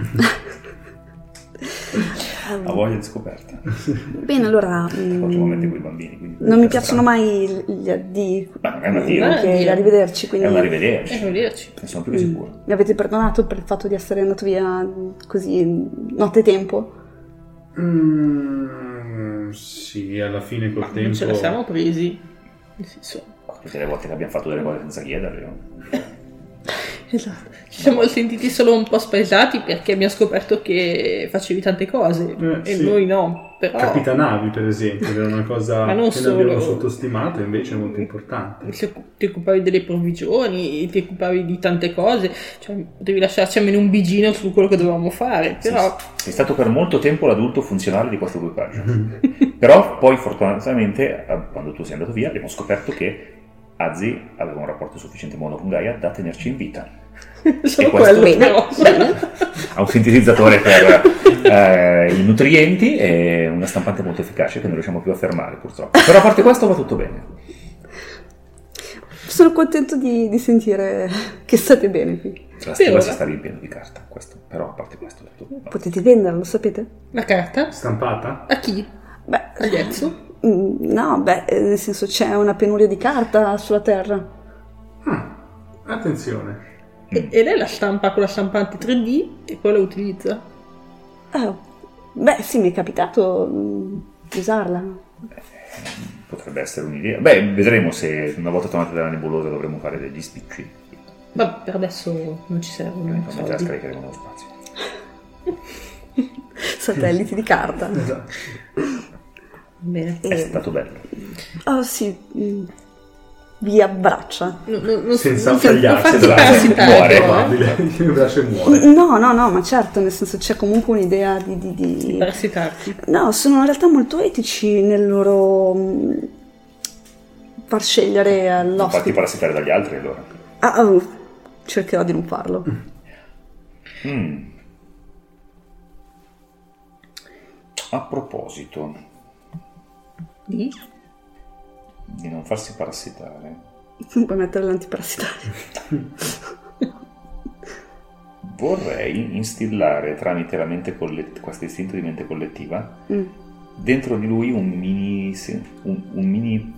Ha voglia di scoperta. Bene, allora mm, con i bambini, non mi piacciono mai gli addii. Ma non è un addio, okay, arrivederci, quindi... è un arrivederci. Arrivederci. Ne sono più che sicuro. Mi avete perdonato per il fatto di essere andato via così nottetempo? Mm, sì, alla fine col Ma tempo non ce la siamo presi. Nel senso, tutte le volte che abbiamo fatto delle cose senza chiederle. Esatto. Ci siamo sentiti solo un po' spaesati perché abbiamo scoperto che facevi tante cose eh, e sì. noi no. però... Capitanavi, per esempio, era una cosa Ma non che solo. abbiamo sottostimato, invece è molto importante. Se ti occupavi delle provvigioni, ti occupavi di tante cose, cioè devi lasciarci almeno un bigino su quello che dovevamo fare, però... Sei, sei stato per molto tempo l'adulto funzionale di questo equipaggio. Però poi fortunatamente, eh, quando tu sei andato via, abbiamo scoperto che Azzi aveva un rapporto sufficiente buono con Gaia da tenerci in vita. Solo E questo- quello, però. Ha un sintetizzatore per eh, i nutrienti e una stampante molto efficace che non riusciamo più a fermare, purtroppo. Però a parte questo va tutto bene. Sono contento di, di sentire che state bene qui. La Sì, stiva ora. si sta riempiendo di carta, questo. Però a parte questo è tutto. Potete venderla, lo sapete? La carta? Stampata? A chi? Beh, Agli Ezio? mm, no, beh, eh, nel senso c'è una penuria di carta sulla Terra. Ah, attenzione. E, e lei la stampa con la stampante tre D e poi la utilizza? Ah, beh, sì, mi è capitato mm, di usarla. Potrebbe essere un'idea. Beh, vedremo se una volta tornate dalla nebulosa dovremo fare degli spicci. Ma per adesso non ci servono i Mentre la soldi. scaricheremo nello spazio. Satelliti di carta. Esatto. Bene. È E- stato bello. Oh sì, mm, vi abbraccia. No, no, non- Senza non- tagliarsi, non farti esatto. parassitare, Muore, però, eh. Probabile. Il braccio muore. No, no, no, ma certo, nel senso c'è comunque un'idea di... di, di- Parassitarti. No, sono in realtà molto etici nel loro mm, far scegliere Non farti all'ospite. parassitare dagli altri allora. Ah, oh, cercherò di non farlo. Mm. A proposito Di? di non farsi parassitare, Puoi mettere l'antiparassitario. vorrei instillare tramite la mente collet- questo istinto di mente collettiva Mm. dentro di lui un mini, un, un mini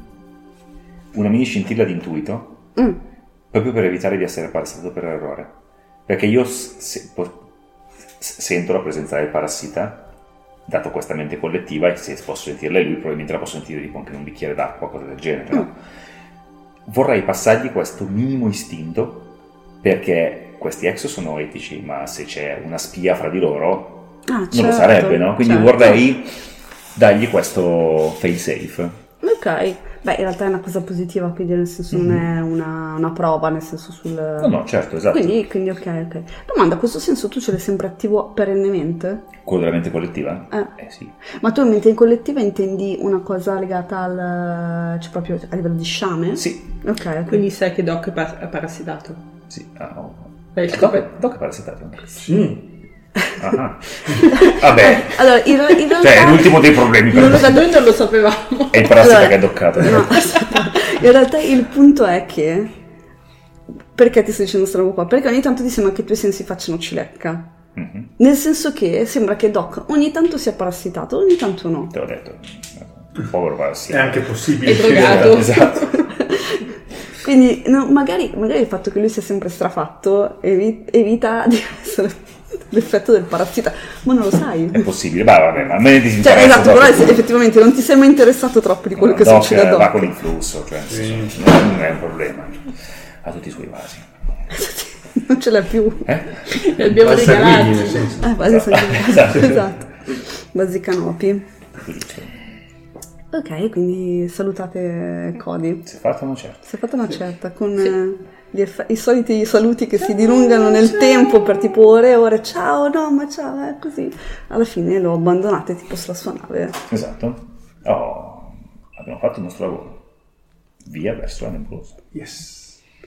una mini scintilla di intuito, Mm. proprio per evitare di essere parassitato per errore, perché io s- se- po- s- sento la presenza del parassita dato questa mente collettiva, e se posso sentirla lui probabilmente la posso sentire tipo anche in un bicchiere d'acqua, cose del genere, no? Vorrei passargli questo minimo istinto, perché questi ex sono etici, ma se c'è una spia fra di loro Ah, non certo, lo sarebbe, no? Quindi certo. vorrei dargli questo fail safe. Ok, beh, in realtà è una cosa positiva, quindi nel senso non è una, una prova, nel senso sul... No, no, certo, esatto. Quindi, quindi ok, ok. Domanda, questo senso tu ce l'hai sempre attivo perennemente? Quello della mente collettiva? Eh. Eh sì. Ma tu in mente collettiva intendi una cosa legata al... cioè proprio a livello di sciame? Sì, Ok, ok. Quindi sai che Doc è par- è parassitato. sì. Ah, oh. L'hai Doc, scoperto? Doc è parassitato? Sì. Ah. Vabbè, Allora, in, in realtà... cioè è l'ultimo dei problemi per Non lo me. sa- noi non lo sapevamo. È il parassita Allora, che è doccato. No, aspetta. In realtà il punto è che... Perché ti sto dicendo questa roba qua? Perché ogni tanto ti sembra che i tuoi sensi facciano cilecca. Mhm. Nel senso che sembra che Doc ogni tanto sia parassitato, ogni tanto no. Te l'ho detto. Un povero parassita. È anche possibile. È drogato. Esatto. Quindi no, magari, magari il fatto che lui sia sempre strafatto evi- evita di essere l'effetto del parassita, ma non lo sai. È possibile. Bah, vabbè, ma a me ne Cioè, disinteressa. esatto, però proprio. effettivamente non ti sei mai interessato troppo di quello che Doc succede a va Doc. con il flusso, cioè nel Sì. senso, non è un problema. Ha tutti i suoi vasi. Non ce l'ha più. Eh? Li abbiamo Al sanguigni, nel regalati. senso. Eh, quasi Esatto. sanguigno. Esatto. Esatto. Basicanopi. Giusto. Ok, quindi salutate Cody. Si è fatto una certa. Si è fatta una certa con eh, gli eff- i soliti saluti che si dilungano nel tempo per tipo ore e ore. Ciao, no, ma ciao, è così. Alla fine lo abbandonate tipo sulla sua nave. Esatto. Oh, abbiamo fatto il nostro lavoro. Via verso la nebulosa. Yes.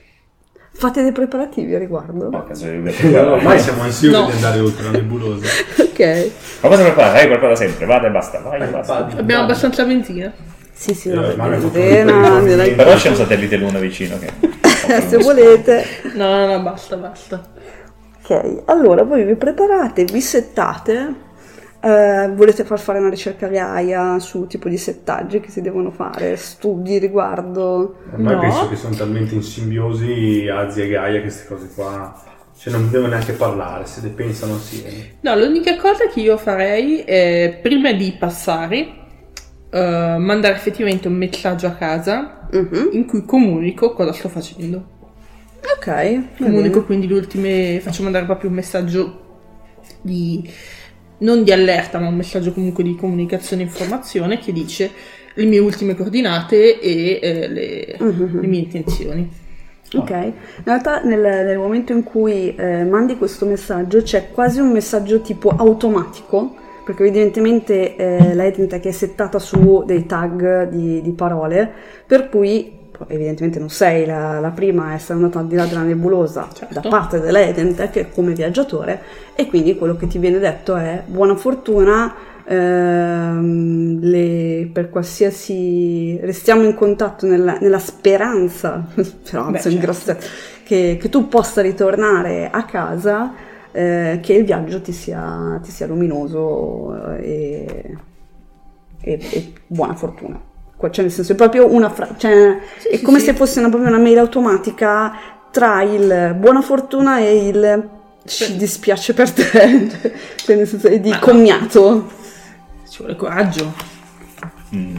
Fate dei preparativi a riguardo? Oh, cazzo, No, ormai siamo ansiosi No. di andare oltre la nebulosa. Ok. Ma cosa prepara? Eh, prepara sempre. Vada e basta. Vai e basta. Vadi. Abbiamo abbastanza benzina. Sì, sì, Eh, no, ma ne faccio benzina, un po' di direi- Però c'è un satellite luna vicino che... se volete. No, no, no, basta, basta. Ok, allora voi vi preparate, vi settate, eh, volete far fare una ricerca Gaia su tipo di settaggi che si devono fare, studi riguardo... Ormai No. penso che sono talmente in simbiosi Azzi e Gaia che queste cose qua, cioè non devono neanche parlare, se le pensano assieme. No, l'unica cosa che io farei è, prima di passare, eh, mandare effettivamente un messaggio a casa Mhm. in cui comunico cosa sto facendo. Ok, va Comunico bene. quindi le ultime, faccio mandare proprio un messaggio di non di allerta, ma un messaggio comunque di comunicazione e informazione che dice le mie ultime coordinate e eh, le, Mm-hmm. le mie intenzioni. Ok, in realtà nel, nel momento in cui eh, mandi questo messaggio c'è quasi un messaggio tipo automatico, perché evidentemente eh, la Edentech è settata su dei tag di, di parole, per cui evidentemente non sei la, la prima a essere andata al di là della nebulosa, Certo. da parte della Edentech come viaggiatore, e quindi quello che ti viene detto è buona fortuna, ehm, le, per qualsiasi restiamo in contatto nella, nella speranza, speranza Beh, certo. grossa, che, che tu possa ritornare a casa, eh, che il viaggio ti sia, ti sia luminoso e, e, e buona fortuna. Cioè, nel senso, è proprio una frase, cioè, Sì, è sì, come sì. se fosse una, proprio una mail automatica tra il buona fortuna e il ci dispiace per te, cioè, nel senso, è di Ma- commiato. Ci vuole coraggio. Mm.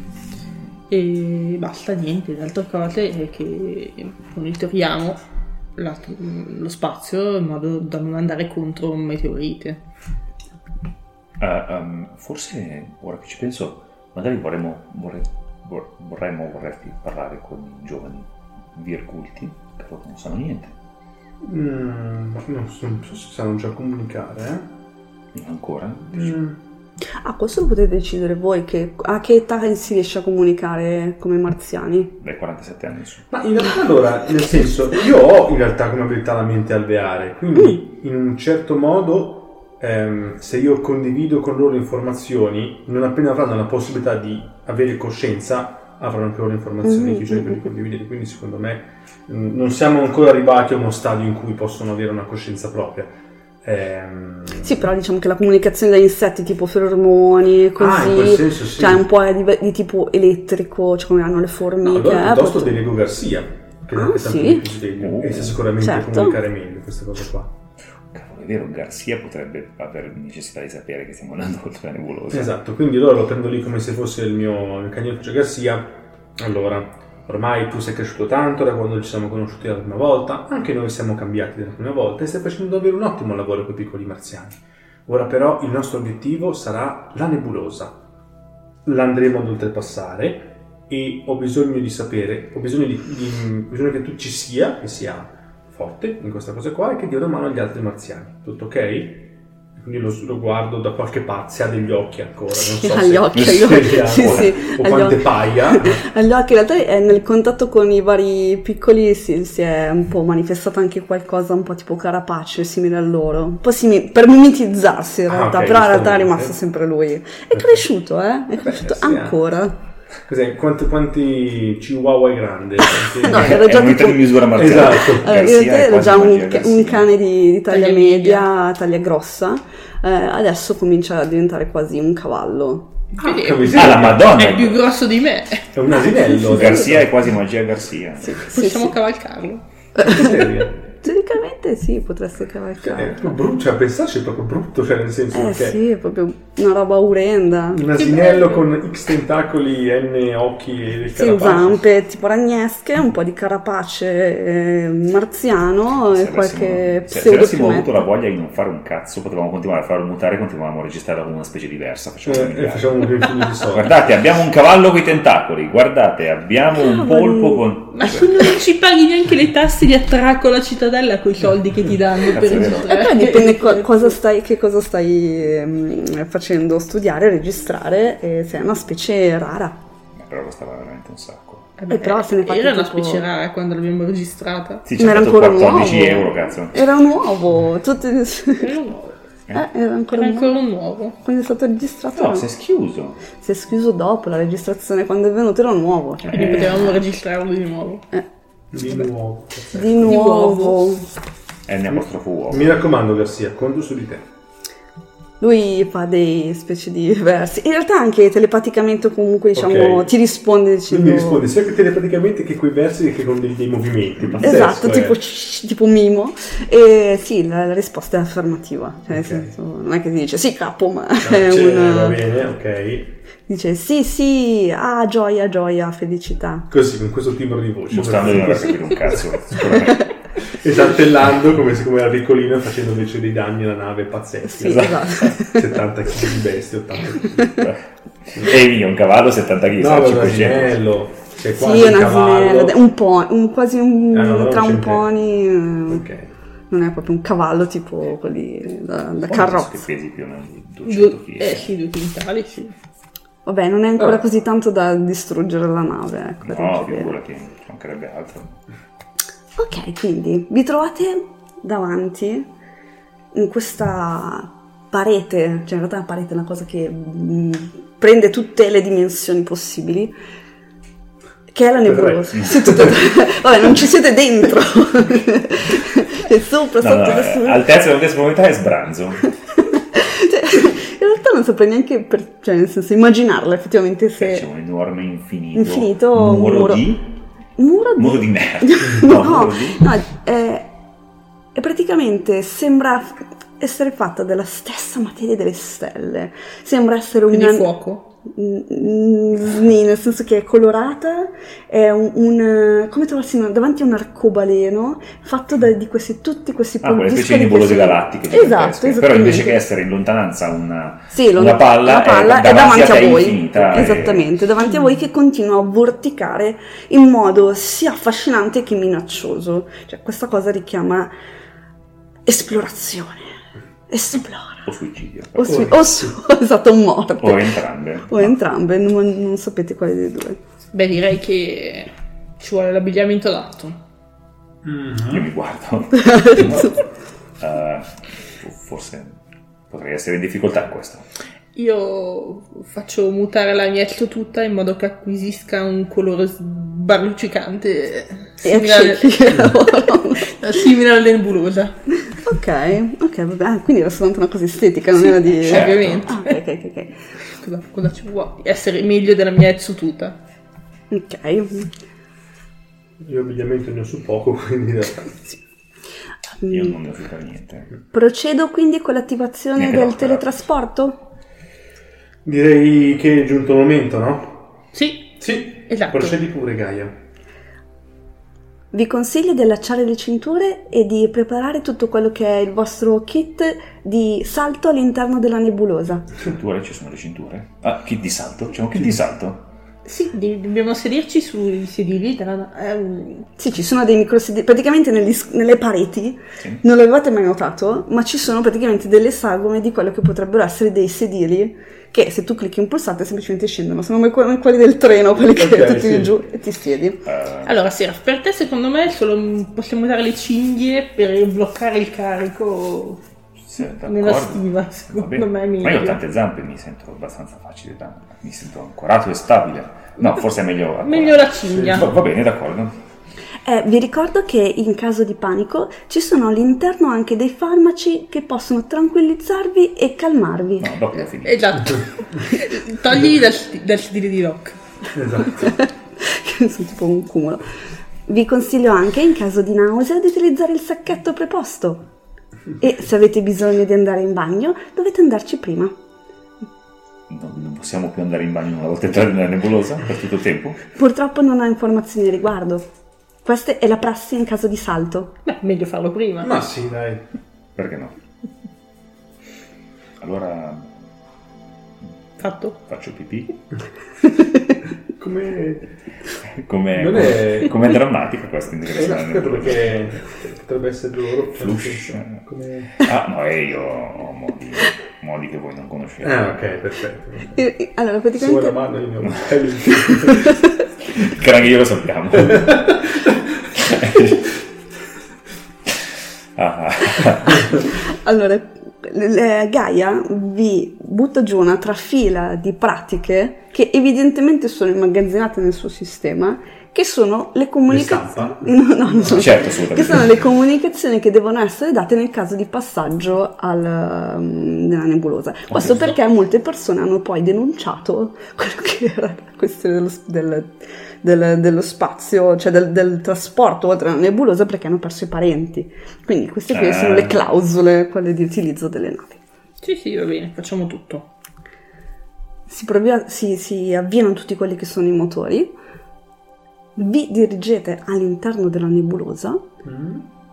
E basta, niente, le altre cose è che monitoriamo la- lo spazio in modo da non andare contro meteorite. Eh, ehm, forse, ora che ci penso, magari vorremmo, vorrei, vor- vorremmo, vorresti parlare con i giovani virgulti, che loro non sanno niente, Mm, non so, non so se sanno già comunicare, eh? non ancora. Mm. Ah, questo lo potete decidere voi, che, a che età si riesce a comunicare come marziani. Dai quarantasette anni su. Ma in realtà allora, nel senso, io ho in realtà come abilità la mente alveare, quindi in un certo modo, ehm, se io condivido con loro informazioni, non appena avranno la possibilità di avere coscienza, avranno anche loro informazioni Mhm, che io cerco mhm. di condividere, quindi secondo me mh, non siamo ancora arrivati a uno stadio in cui possono avere una coscienza propria. Ehm, Sì, però diciamo che la comunicazione da insetti tipo feromoni, così, Ah, in quel senso sì. cioè un po' di, di tipo elettrico, cioè come hanno le No, formiche. allora eh, piuttosto pot- delego Garcia, che Ah, è sempre sì? più sveglio Oh. e sa sicuramente Certo. comunicare meglio queste cose qua. Cavolo, è vero, Garcia potrebbe avere necessità di sapere che stiamo andando oltre la nebulosa. Esatto, quindi allora lo prendo lì come se fosse il mio il cagnolino faccia Garcia. Allora, ormai tu sei cresciuto tanto da quando ci siamo conosciuti la prima volta, anche noi siamo cambiati dalla prima volta e stai facendo davvero un ottimo lavoro con i piccoli marziani. Ora però il nostro obiettivo sarà la nebulosa. L'andremo ad oltrepassare e ho bisogno di sapere, ho bisogno, di, di, bisogno che tu ci sia, che sia forte in questa cosa qua e che dia una mano agli altri marziani. Tutto ok? Quindi lo, lo guardo da qualche parte, se ha degli occhi ancora, non so Agli se, occhi, se agli occhi, li ha sì, ancora, sì, o agli quante occhi. paia. Agli occhi, in realtà è nel contatto con i vari piccoli si, si è un po' manifestato anche qualcosa un po' tipo carapace, simile a loro, un po' simile, per mimetizzarsi in Ah, realtà, ok, però in realtà è giustamente. rimasto sempre lui. È cresciuto, eh? È cresciuto sì, eh. ancora. Cos'è? Quanti, quanti chihuahua è grande? Quanti- No, era già è un'unità tipo- di misura marziale. Esatto. Allora, in Garcia realtà è era quasi già un, magia ca- Garcia. un cane di, di taglia, Taglia media, media. taglia grossa, eh, adesso comincia a diventare quasi un cavallo. Ah, Vedevo. che Ah, la Madonna! È più grosso di me. È un asinello. Garcia è quasi magia Garcia. Sì, Possiamo sì. cavalcarlo. Serio. Teoricamente sì, potreste È cavalcare. proprio brutto, cioè a pensarci è proprio brutto, cioè nel senso Eh che sì, è proprio una roba orrenda. un asinello con X tentacoli, N occhi e Sì, carapace. zampe tipo ragnesche, un po' di carapace eh, marziano Se e qualche avessimo, se, se pseudo avessimo avuto la piumetta. voglia di non fare un cazzo, potevamo continuare a farlo mutare e continuavamo a registrare con una specie diversa. Facciamo Eh, e migliaia. facciamo un infinito di soldi. Guardate, abbiamo un cavallo con i tentacoli. Guardate, abbiamo un polpo con. Ma tu non ci paghi neanche le tasse di attracco alla cittadella con i soldi che ti danno per Cazzo, è vero. E registrare. poi dipende co- cosa stai, che cosa stai ehm, facendo, studiare, registrare, e se è una specie rara. Però costava veramente un sacco. Eh beh, Eh, però se ne fate era una tipo- specie rara quando l'abbiamo registrata. Sì, ci Ma ha era dato ancora quattordici nuovo. euro, cazzo. Era nuovo, tutti... Era nuovo. eh, era ancora Era nuovo. ancora un nuovo. Quando è stato registrato No, era- si è schiuso. si è schiuso dopo la registrazione, quando è venuto era nuovo. Cioè, Quindi Eh. potevamo registrarlo di nuovo. Di nuovo. di nuovo. N apostrofo uovo. Mi raccomando Garcia, conto su di te. Lui fa dei specie di versi. In realtà anche telepaticamente o comunque diciamo Ok. ti risponde dicendo... Lui mi risponde sia che telepaticamente che coi versi che con dei, dei movimenti. Pazzesco, Esatto, eh. tipo, tipo mimo. E sì, la, la risposta è affermativa. Cioè, nel Ok. senso, non è che ti dice sì capo, ma Ah, è cioè, una... va bene, ok. Dice sì sì, ah gioia, gioia, felicità. Così, con questo timbro di voce. Mostrando di non aver capito un cazzo. Sicuramente. esaltellando come se come era piccolino, facendo invece dei danni alla nave pazzeschi. Sì, esatto. settanta chili di bestie, ottanta chili. E via, un cavallo settanta chili, No, cinquecento. l'asinello, c'è Sì, quasi un il cavallo. asinello, un po', un, quasi un, Ah, no, no, tra c'è un un te. pony, eh, Ok. non è proprio un cavallo tipo quelli da, da Che carrozza. pesi più o meno di duecento Due, chili. eh sì, due quintali, sì. Vabbè, non è ancora Vabbè. così tanto da distruggere la nave, ecco. per No, dire. figurati, ci mancherebbe altro. Ok, quindi vi trovate davanti in questa parete, cioè in realtà la parete è una cosa che mm, prende tutte le dimensioni possibili, che è la nebulosa. Sì, tutte e tre. Vabbè, non ci siete dentro. È sopra, No, sotto, no, adesso- eh, altezza e lunghezza probabilità è sbranzo. Cioè, in realtà non saprei neanche, per, cioè nel senso, immaginarla effettivamente se... C'è un enorme infinito, Infinito muro, muro. di Muro di... muro di merda. No, No, muro di no, è, è praticamente sembra essere fatta della stessa materia delle stelle. Sembra essere Quindi una... fuoco. Mm, sì, nel senso che è colorata, è un, un- come trovarsi in- davanti a un arcobaleno fatto da, di questi, tutti questi Ah, quelle specie pulviscoli di nebulose che sono- galattiche Esatto, gigantesche. Però esattamente. invece che essere in lontananza una, Sì, lo- una palla, la palla è è davanti a, te voi, infinita, esattamente, davanti a voi che continua a vorticare in modo sia affascinante che minaccioso. Cioè, questa cosa richiama esplorazione. Esplora. e, o suicidio. O, su, o su, esatto, morte. O entrambe. O entrambe, non, non sapete quale dei due. Beh, direi che ci vuole l'abbigliamento adatto. Io mi guardo. Eh, forse potrei essere in difficoltà in questo. Io faccio mutare la mia tutta in modo che acquisisca un colore sbarluccicante E simile, alle- accetti. simile alla nebulosa. Ok, ok, vabbè, ah, quindi era soltanto una cosa estetica, non era di... certo. Ovviamente. Ah, ok, ok, ok. Cosa, cosa ci vuoi? Essere meglio della mia Etsututa. Ok. Io abbigliamento ne ho su poco, quindi in realtà. Io non ne ho più per niente. Procedo quindi con l'attivazione Niente del no, teletrasporto? Direi che è giunto il momento, no? Sì, Sì, esatto. procedi pure, Gaia. Vi consiglio di allacciare le cinture e di preparare tutto quello che è il vostro kit di salto all'interno della nebulosa. Cinture, ci sono le cinture? Ah, kit di salto? C'è un kit di salto? Sì, di- dobbiamo sederci sui sedili della... ehm, Sì, ci sono dei microsedili, praticamente negli- nelle pareti, Sì. non l'avevate mai notato, ma ci sono praticamente delle sagome di quello che potrebbero essere dei sedili che se tu clicchi un pulsante semplicemente scendono, sono come que- quelli del treno, quelli che Ok, tu sì. tiri giù e ti siedi. Eh, Allora, Seraf, per te secondo me solo possiamo usare le cinghie per bloccare il carico sì, nella d'accordo. stiva, Va secondo bene. me è Ma io ho meglio. tante zampe, mi sento abbastanza facile da... mi sento ancorato e stabile. No, forse è meglio... Meglio la cinghia. Va, va bene, d'accordo. Eh, vi ricordo che in caso di panico ci sono all'interno anche dei farmaci che possono tranquillizzarvi e calmarvi. No, dopo ho finito. Esatto. Togli dal, dal sedile di Rock. Esatto. Che sono tipo un cumulo. Vi consiglio anche, in caso di nausea, di utilizzare il sacchetto preposto. E se avete bisogno di andare in bagno, dovete andarci prima. Non, non possiamo più andare in bagno una volta entrati nella nebulosa per tutto il tempo? Purtroppo non ho informazioni a riguardo. Questa è la prassi in caso di salto. Beh, meglio farlo prima. Ma sì, dai. Perché no? Allora Fatto. faccio pipì. Come... Come, Non è- come drammatica questa indicazione. Esatto, perché potrebbe essere loro. Flush. Come... Ah, no, e io ho modi, modi che voi non conoscete. Ah, ok, perfetto. E- e- Allora, Se vuoi la praticamente... mano io ne ho un paio di- Che anche io lo sappiamo. Ah, Allora, l- Gaia vi butta giù una trafila di pratiche che evidentemente sono immagazzinate nel suo sistema, che sono le comunicazioni. stampa? No, no, no. certo, assolutamente. Che sono le comunicazioni che devono essere date nel caso di passaggio al, um, nella nebulosa. Questo perché molte persone hanno poi denunciato quello che era la questione dello, del, del- dello spazio, cioè del, del trasporto oltre la nebulosa, perché hanno perso i parenti. Quindi queste qui Eh. sono le clausole, quelle di utilizzo delle navi. Sì, sì, va bene, facciamo tutto. Si, provvia- si, si avviano tutti quelli che sono i motori, vi dirigete all'interno della nebulosa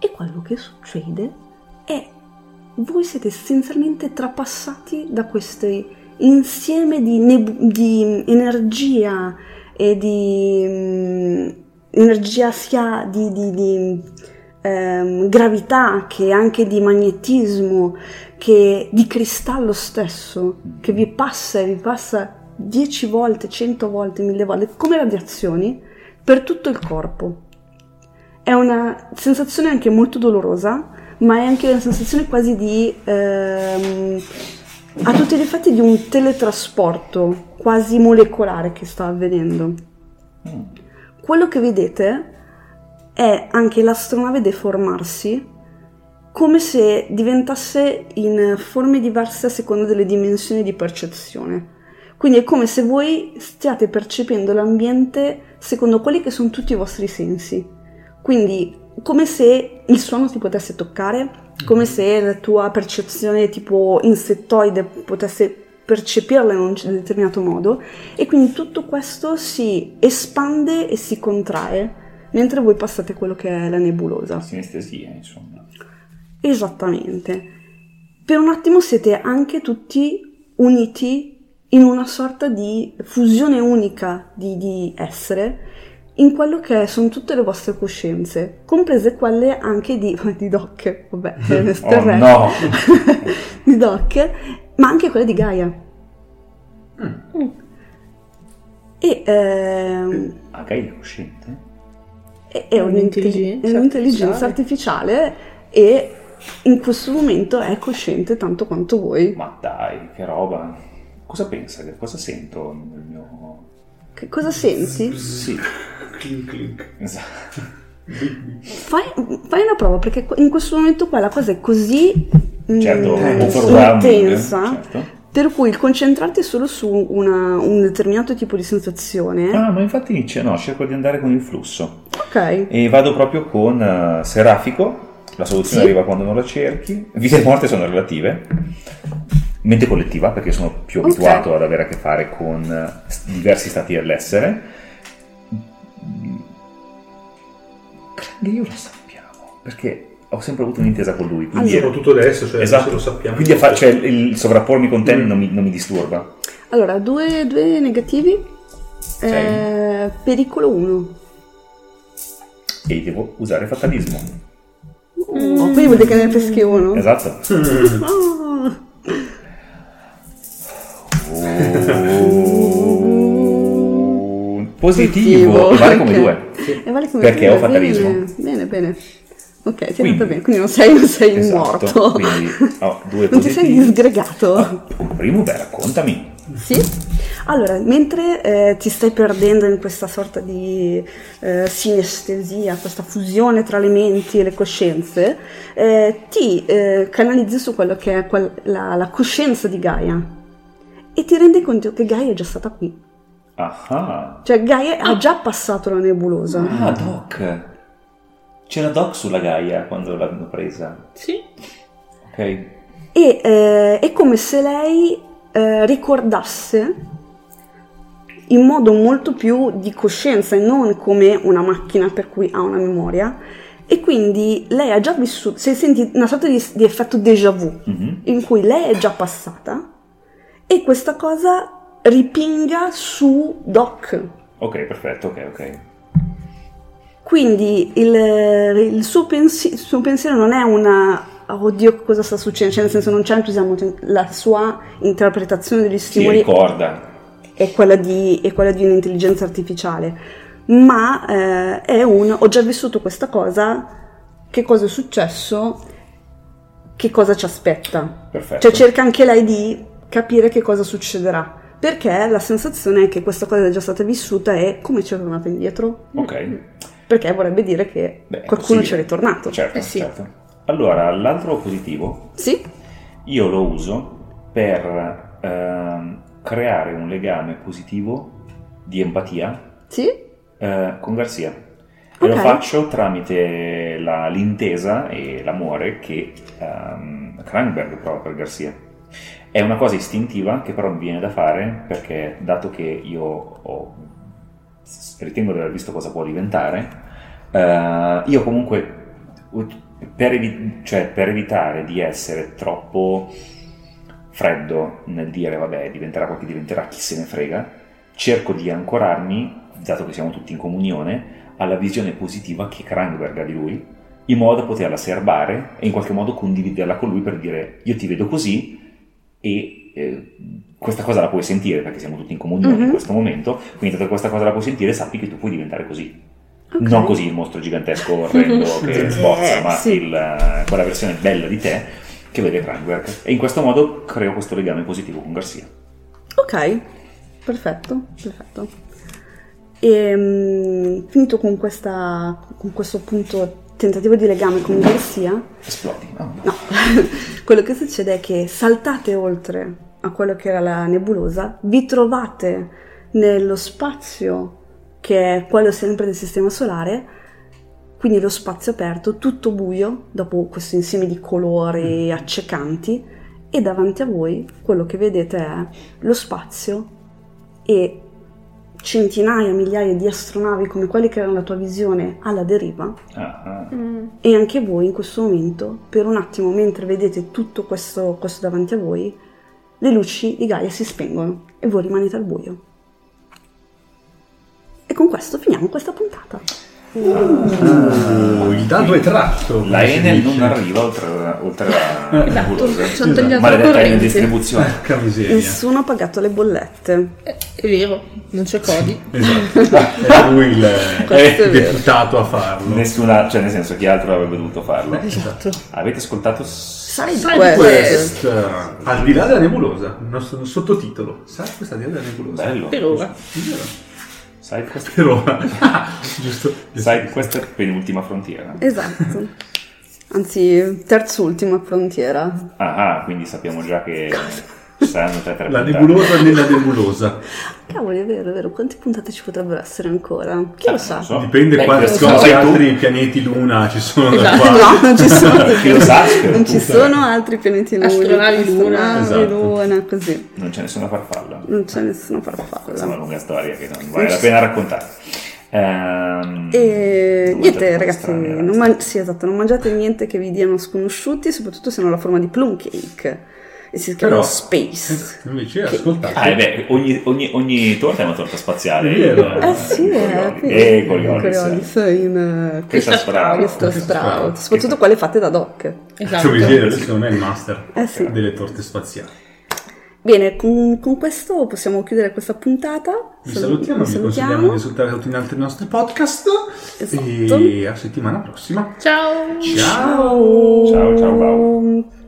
E quello che succede è voi siete essenzialmente trapassati da questo insieme di, neb- di energia e di um, energia sia di, di, di um, gravità che anche di magnetismo, che di cristallo stesso, che vi passa e vi passa dieci volte, cento volte, mille volte, come radiazioni, per tutto il corpo. È una sensazione anche molto dolorosa, ma è anche una sensazione quasi di, ehm, a tutti gli effetti, di un teletrasporto quasi molecolare che sta avvenendo. Quello che vedete è anche l'astronave deformarsi, come se diventasse in forme diverse a seconda delle dimensioni di percezione. Quindi è come se voi stiate percependo l'ambiente secondo quelli che sono tutti i vostri sensi. Quindi come se il suono ti potesse toccare, come se la tua percezione tipo insettoide potesse percepirla in un determinato modo, e quindi tutto questo si espande e si contrae mentre voi passate quello che è la nebulosa. Sinestesia, insomma. Esattamente. Per un attimo siete anche tutti uniti in una sorta di fusione unica di, di essere, in quello che sono tutte le vostre coscienze, comprese quelle anche di, di Doc, vabbè, oh no! di Doc, ma anche quelle di Gaia. Mm. E ehm, ah, Gaia è cosciente? È, è un'intelligenza, è un'intelligenza artificiale e in questo momento è cosciente tanto quanto voi. Ma dai, che roba! Cosa pensa? Cosa sento nel mio... Che cosa senti? Sì. Clink clink. Esatto. Fai, fai una prova, perché in questo momento qua la cosa è così certo, mm, intensa, certo. Per cui il concentrarti solo su una, un determinato tipo di sensazione. Ah, ma infatti inizio, no, cerco di andare con il flusso. Ok. E vado proprio con uh, Serafico, la soluzione sì. Arriva quando non la cerchi. Vita e morte sono relative. Mente collettiva, perché sono più abituato okay. ad avere a che fare con uh, diversi stati dell'essere. Grande, io lo sappiamo, perché ho sempre avuto un'intesa con lui. Quindi allora, tutto adesso, cioè esatto. lo sappiamo. Quindi fa, cioè, il sovrappormi con te mm. non, mi, non mi disturba. Allora, due, due negativi. Eh, pericolo uno. E devo usare fatalismo. Mm. Oh, quindi vuol dire che ne peschi uno? Esatto. Mm. Oh. Oh. Positivo. E vale come okay. due. Sì. E vale come perché due. ho fatalismo. Bene, bene. bene. Ok, ti è andata bene, quindi non sei, non sei esatto, morto. Quindi ho due non positivi. ti sei disgregato. Oh, primo, beh, raccontami. Sì? Allora, mentre eh, ti stai perdendo in questa sorta di eh, sinestesia, questa fusione tra le menti e le coscienze, eh, ti eh, canalizzi su quello che è quel, la, la coscienza di Gaia e ti rendi conto che Gaia è già stata qui. Ah. Cioè Gaia ha già passato la nebulosa. Ah, Doc. C'era Doc sulla Gaia quando l'hanno presa. Sì. Ok. E eh, è come se lei eh, ricordasse in modo molto più di coscienza e non come una macchina per cui ha una memoria, e quindi lei ha già vissuto, si senti una sorta di, di effetto déjà vu, mm-hmm. in cui lei è già passata e questa cosa ripinga su Doc. Ok, perfetto, ok, ok. Quindi il, il, suo pensi- il suo pensiero non è una oddio cosa sta succedendo, cioè nel senso non c'è entusiasmo, la sua interpretazione degli stimoli si ricorda. È quella di, è quella di un'intelligenza artificiale, ma eh, è un ho già vissuto questa cosa, che cosa è successo, che cosa ci aspetta. Perfetto. Cioè cerca anche lei di capire che cosa succederà, perché la sensazione è che questa cosa è già stata vissuta e come ci è tornata indietro? Ok. Perché vorrebbe dire che Beh, qualcuno sì. ci è ritornato. Certo, eh sì. certo. Allora, l'altro positivo sì? io lo uso per ehm, creare un legame positivo di empatia sì? eh, con Garcia. E okay. lo faccio tramite la, l'intesa e l'amore che ehm, Cranberg prova per Garcia. È una cosa istintiva che però mi viene da fare perché, dato che io ho, ritengo di aver visto cosa può diventare, eh, io comunque per, evi- cioè, per evitare di essere troppo freddo nel dire vabbè diventerà quel che diventerà, chi se ne frega, cerco di ancorarmi, dato che siamo tutti in comunione, alla visione positiva che Krangberg ha di lui, in modo da poterla serbare e in qualche modo condividerla con lui per dire io ti vedo così e eh, questa cosa la puoi sentire perché siamo tutti in comunione mm-hmm. in questo momento, quindi dato che questa cosa la puoi sentire sappi che tu puoi diventare così. Okay. Non così il mostro gigantesco orrendo che sbozza, eh, ma sì. il, quella versione bella di te che vede Krangberg, e in questo modo creo questo legame positivo con Garcia. Ok, perfetto, perfetto. E um, finito con, questa, con questo appunto tentativo di legame con Garcia, esplodi. Oh. No, quello che succede è che saltate oltre a quello che era la nebulosa, vi trovate nello spazio che è quello sempre del sistema solare, quindi lo spazio aperto, tutto buio, dopo questo insieme di colori accecanti, e davanti a voi quello che vedete è lo spazio e centinaia, migliaia di astronavi come quelli che erano la tua visione alla deriva. Ah, ah. Mm. E anche voi in questo momento, per un attimo, mentre vedete tutto questo, questo davanti a voi, le luci di Gaia si spengono e voi rimanete al buio. E con questo finiamo questa puntata. Uh, il dado è tratto. La Enel non arriva oltre, oltre la nebulosa. Ci hanno tagliato la Maledetta Enel corrente. distribuzione. Porca miseria. Nessuno ha pagato le bollette. Eh, È vero, non c'è Cody. Esatto. È lui il Questo è il vero. deputato a farlo. Nessuna, cioè nel senso chi altro avrebbe dovuto farlo. Esatto. Avete ascoltato? Sai Sai quest. Quest, al di là della nebulosa, il nostro sottotitolo. Sai questa al di là della nebulosa? Bello. Per ora. Vero. Side quest, Per ora. Giusto. side quest è penultima frontiera. Esatto. Anzi, terz'ultima frontiera. Ah, ah, quindi sappiamo già che ci saranno tre tre La puntate. nebulosa nella nebulosa. Cavoli, è vero, è vero. Quante puntate ci potrebbero essere ancora? Chi Ah, lo non sa? so. Dipende Beh, quanti questo lo quanti sai tu. altri pianeti luna ci sono da Esatto. qua. No, non ci sono. Chi lo sa? Non ci sono altri pianeti luna, Astronavi luna, luna. Esatto. luna, così. Non c'è nessuna farfalla. Non c'è nessuna Questa è una farfalla. lunga storia che non vale la pena raccontare. Ehm, E non niente, mangiate ragazzi, cose strane, non, man- sì, esatto, non mangiate niente che vi diano sconosciuti, soprattutto se hanno la forma di plum cake. E si chiamano Però- Space. Invece ascoltate. Ah, e beh, ogni, ogni, ogni torta è una torta spaziale. È vero. Eh sì, Coriolis. è Eh, Coriolis. Coriolis in uh, Crystal Sprout. Crystal Sprout, soprattutto quelle fatte da Doc. Esatto. Cioè, miseria, adesso non è il master Eh sì. delle torte spaziali. Bene, con, con questo possiamo chiudere questa puntata. Vi Sal- salutiamo, vi vi consigliamo di ascoltare tutti gli altri nostri podcast. Esatto. E a settimana prossima. Ciao. Ciao. Ciao, ciao, ciao.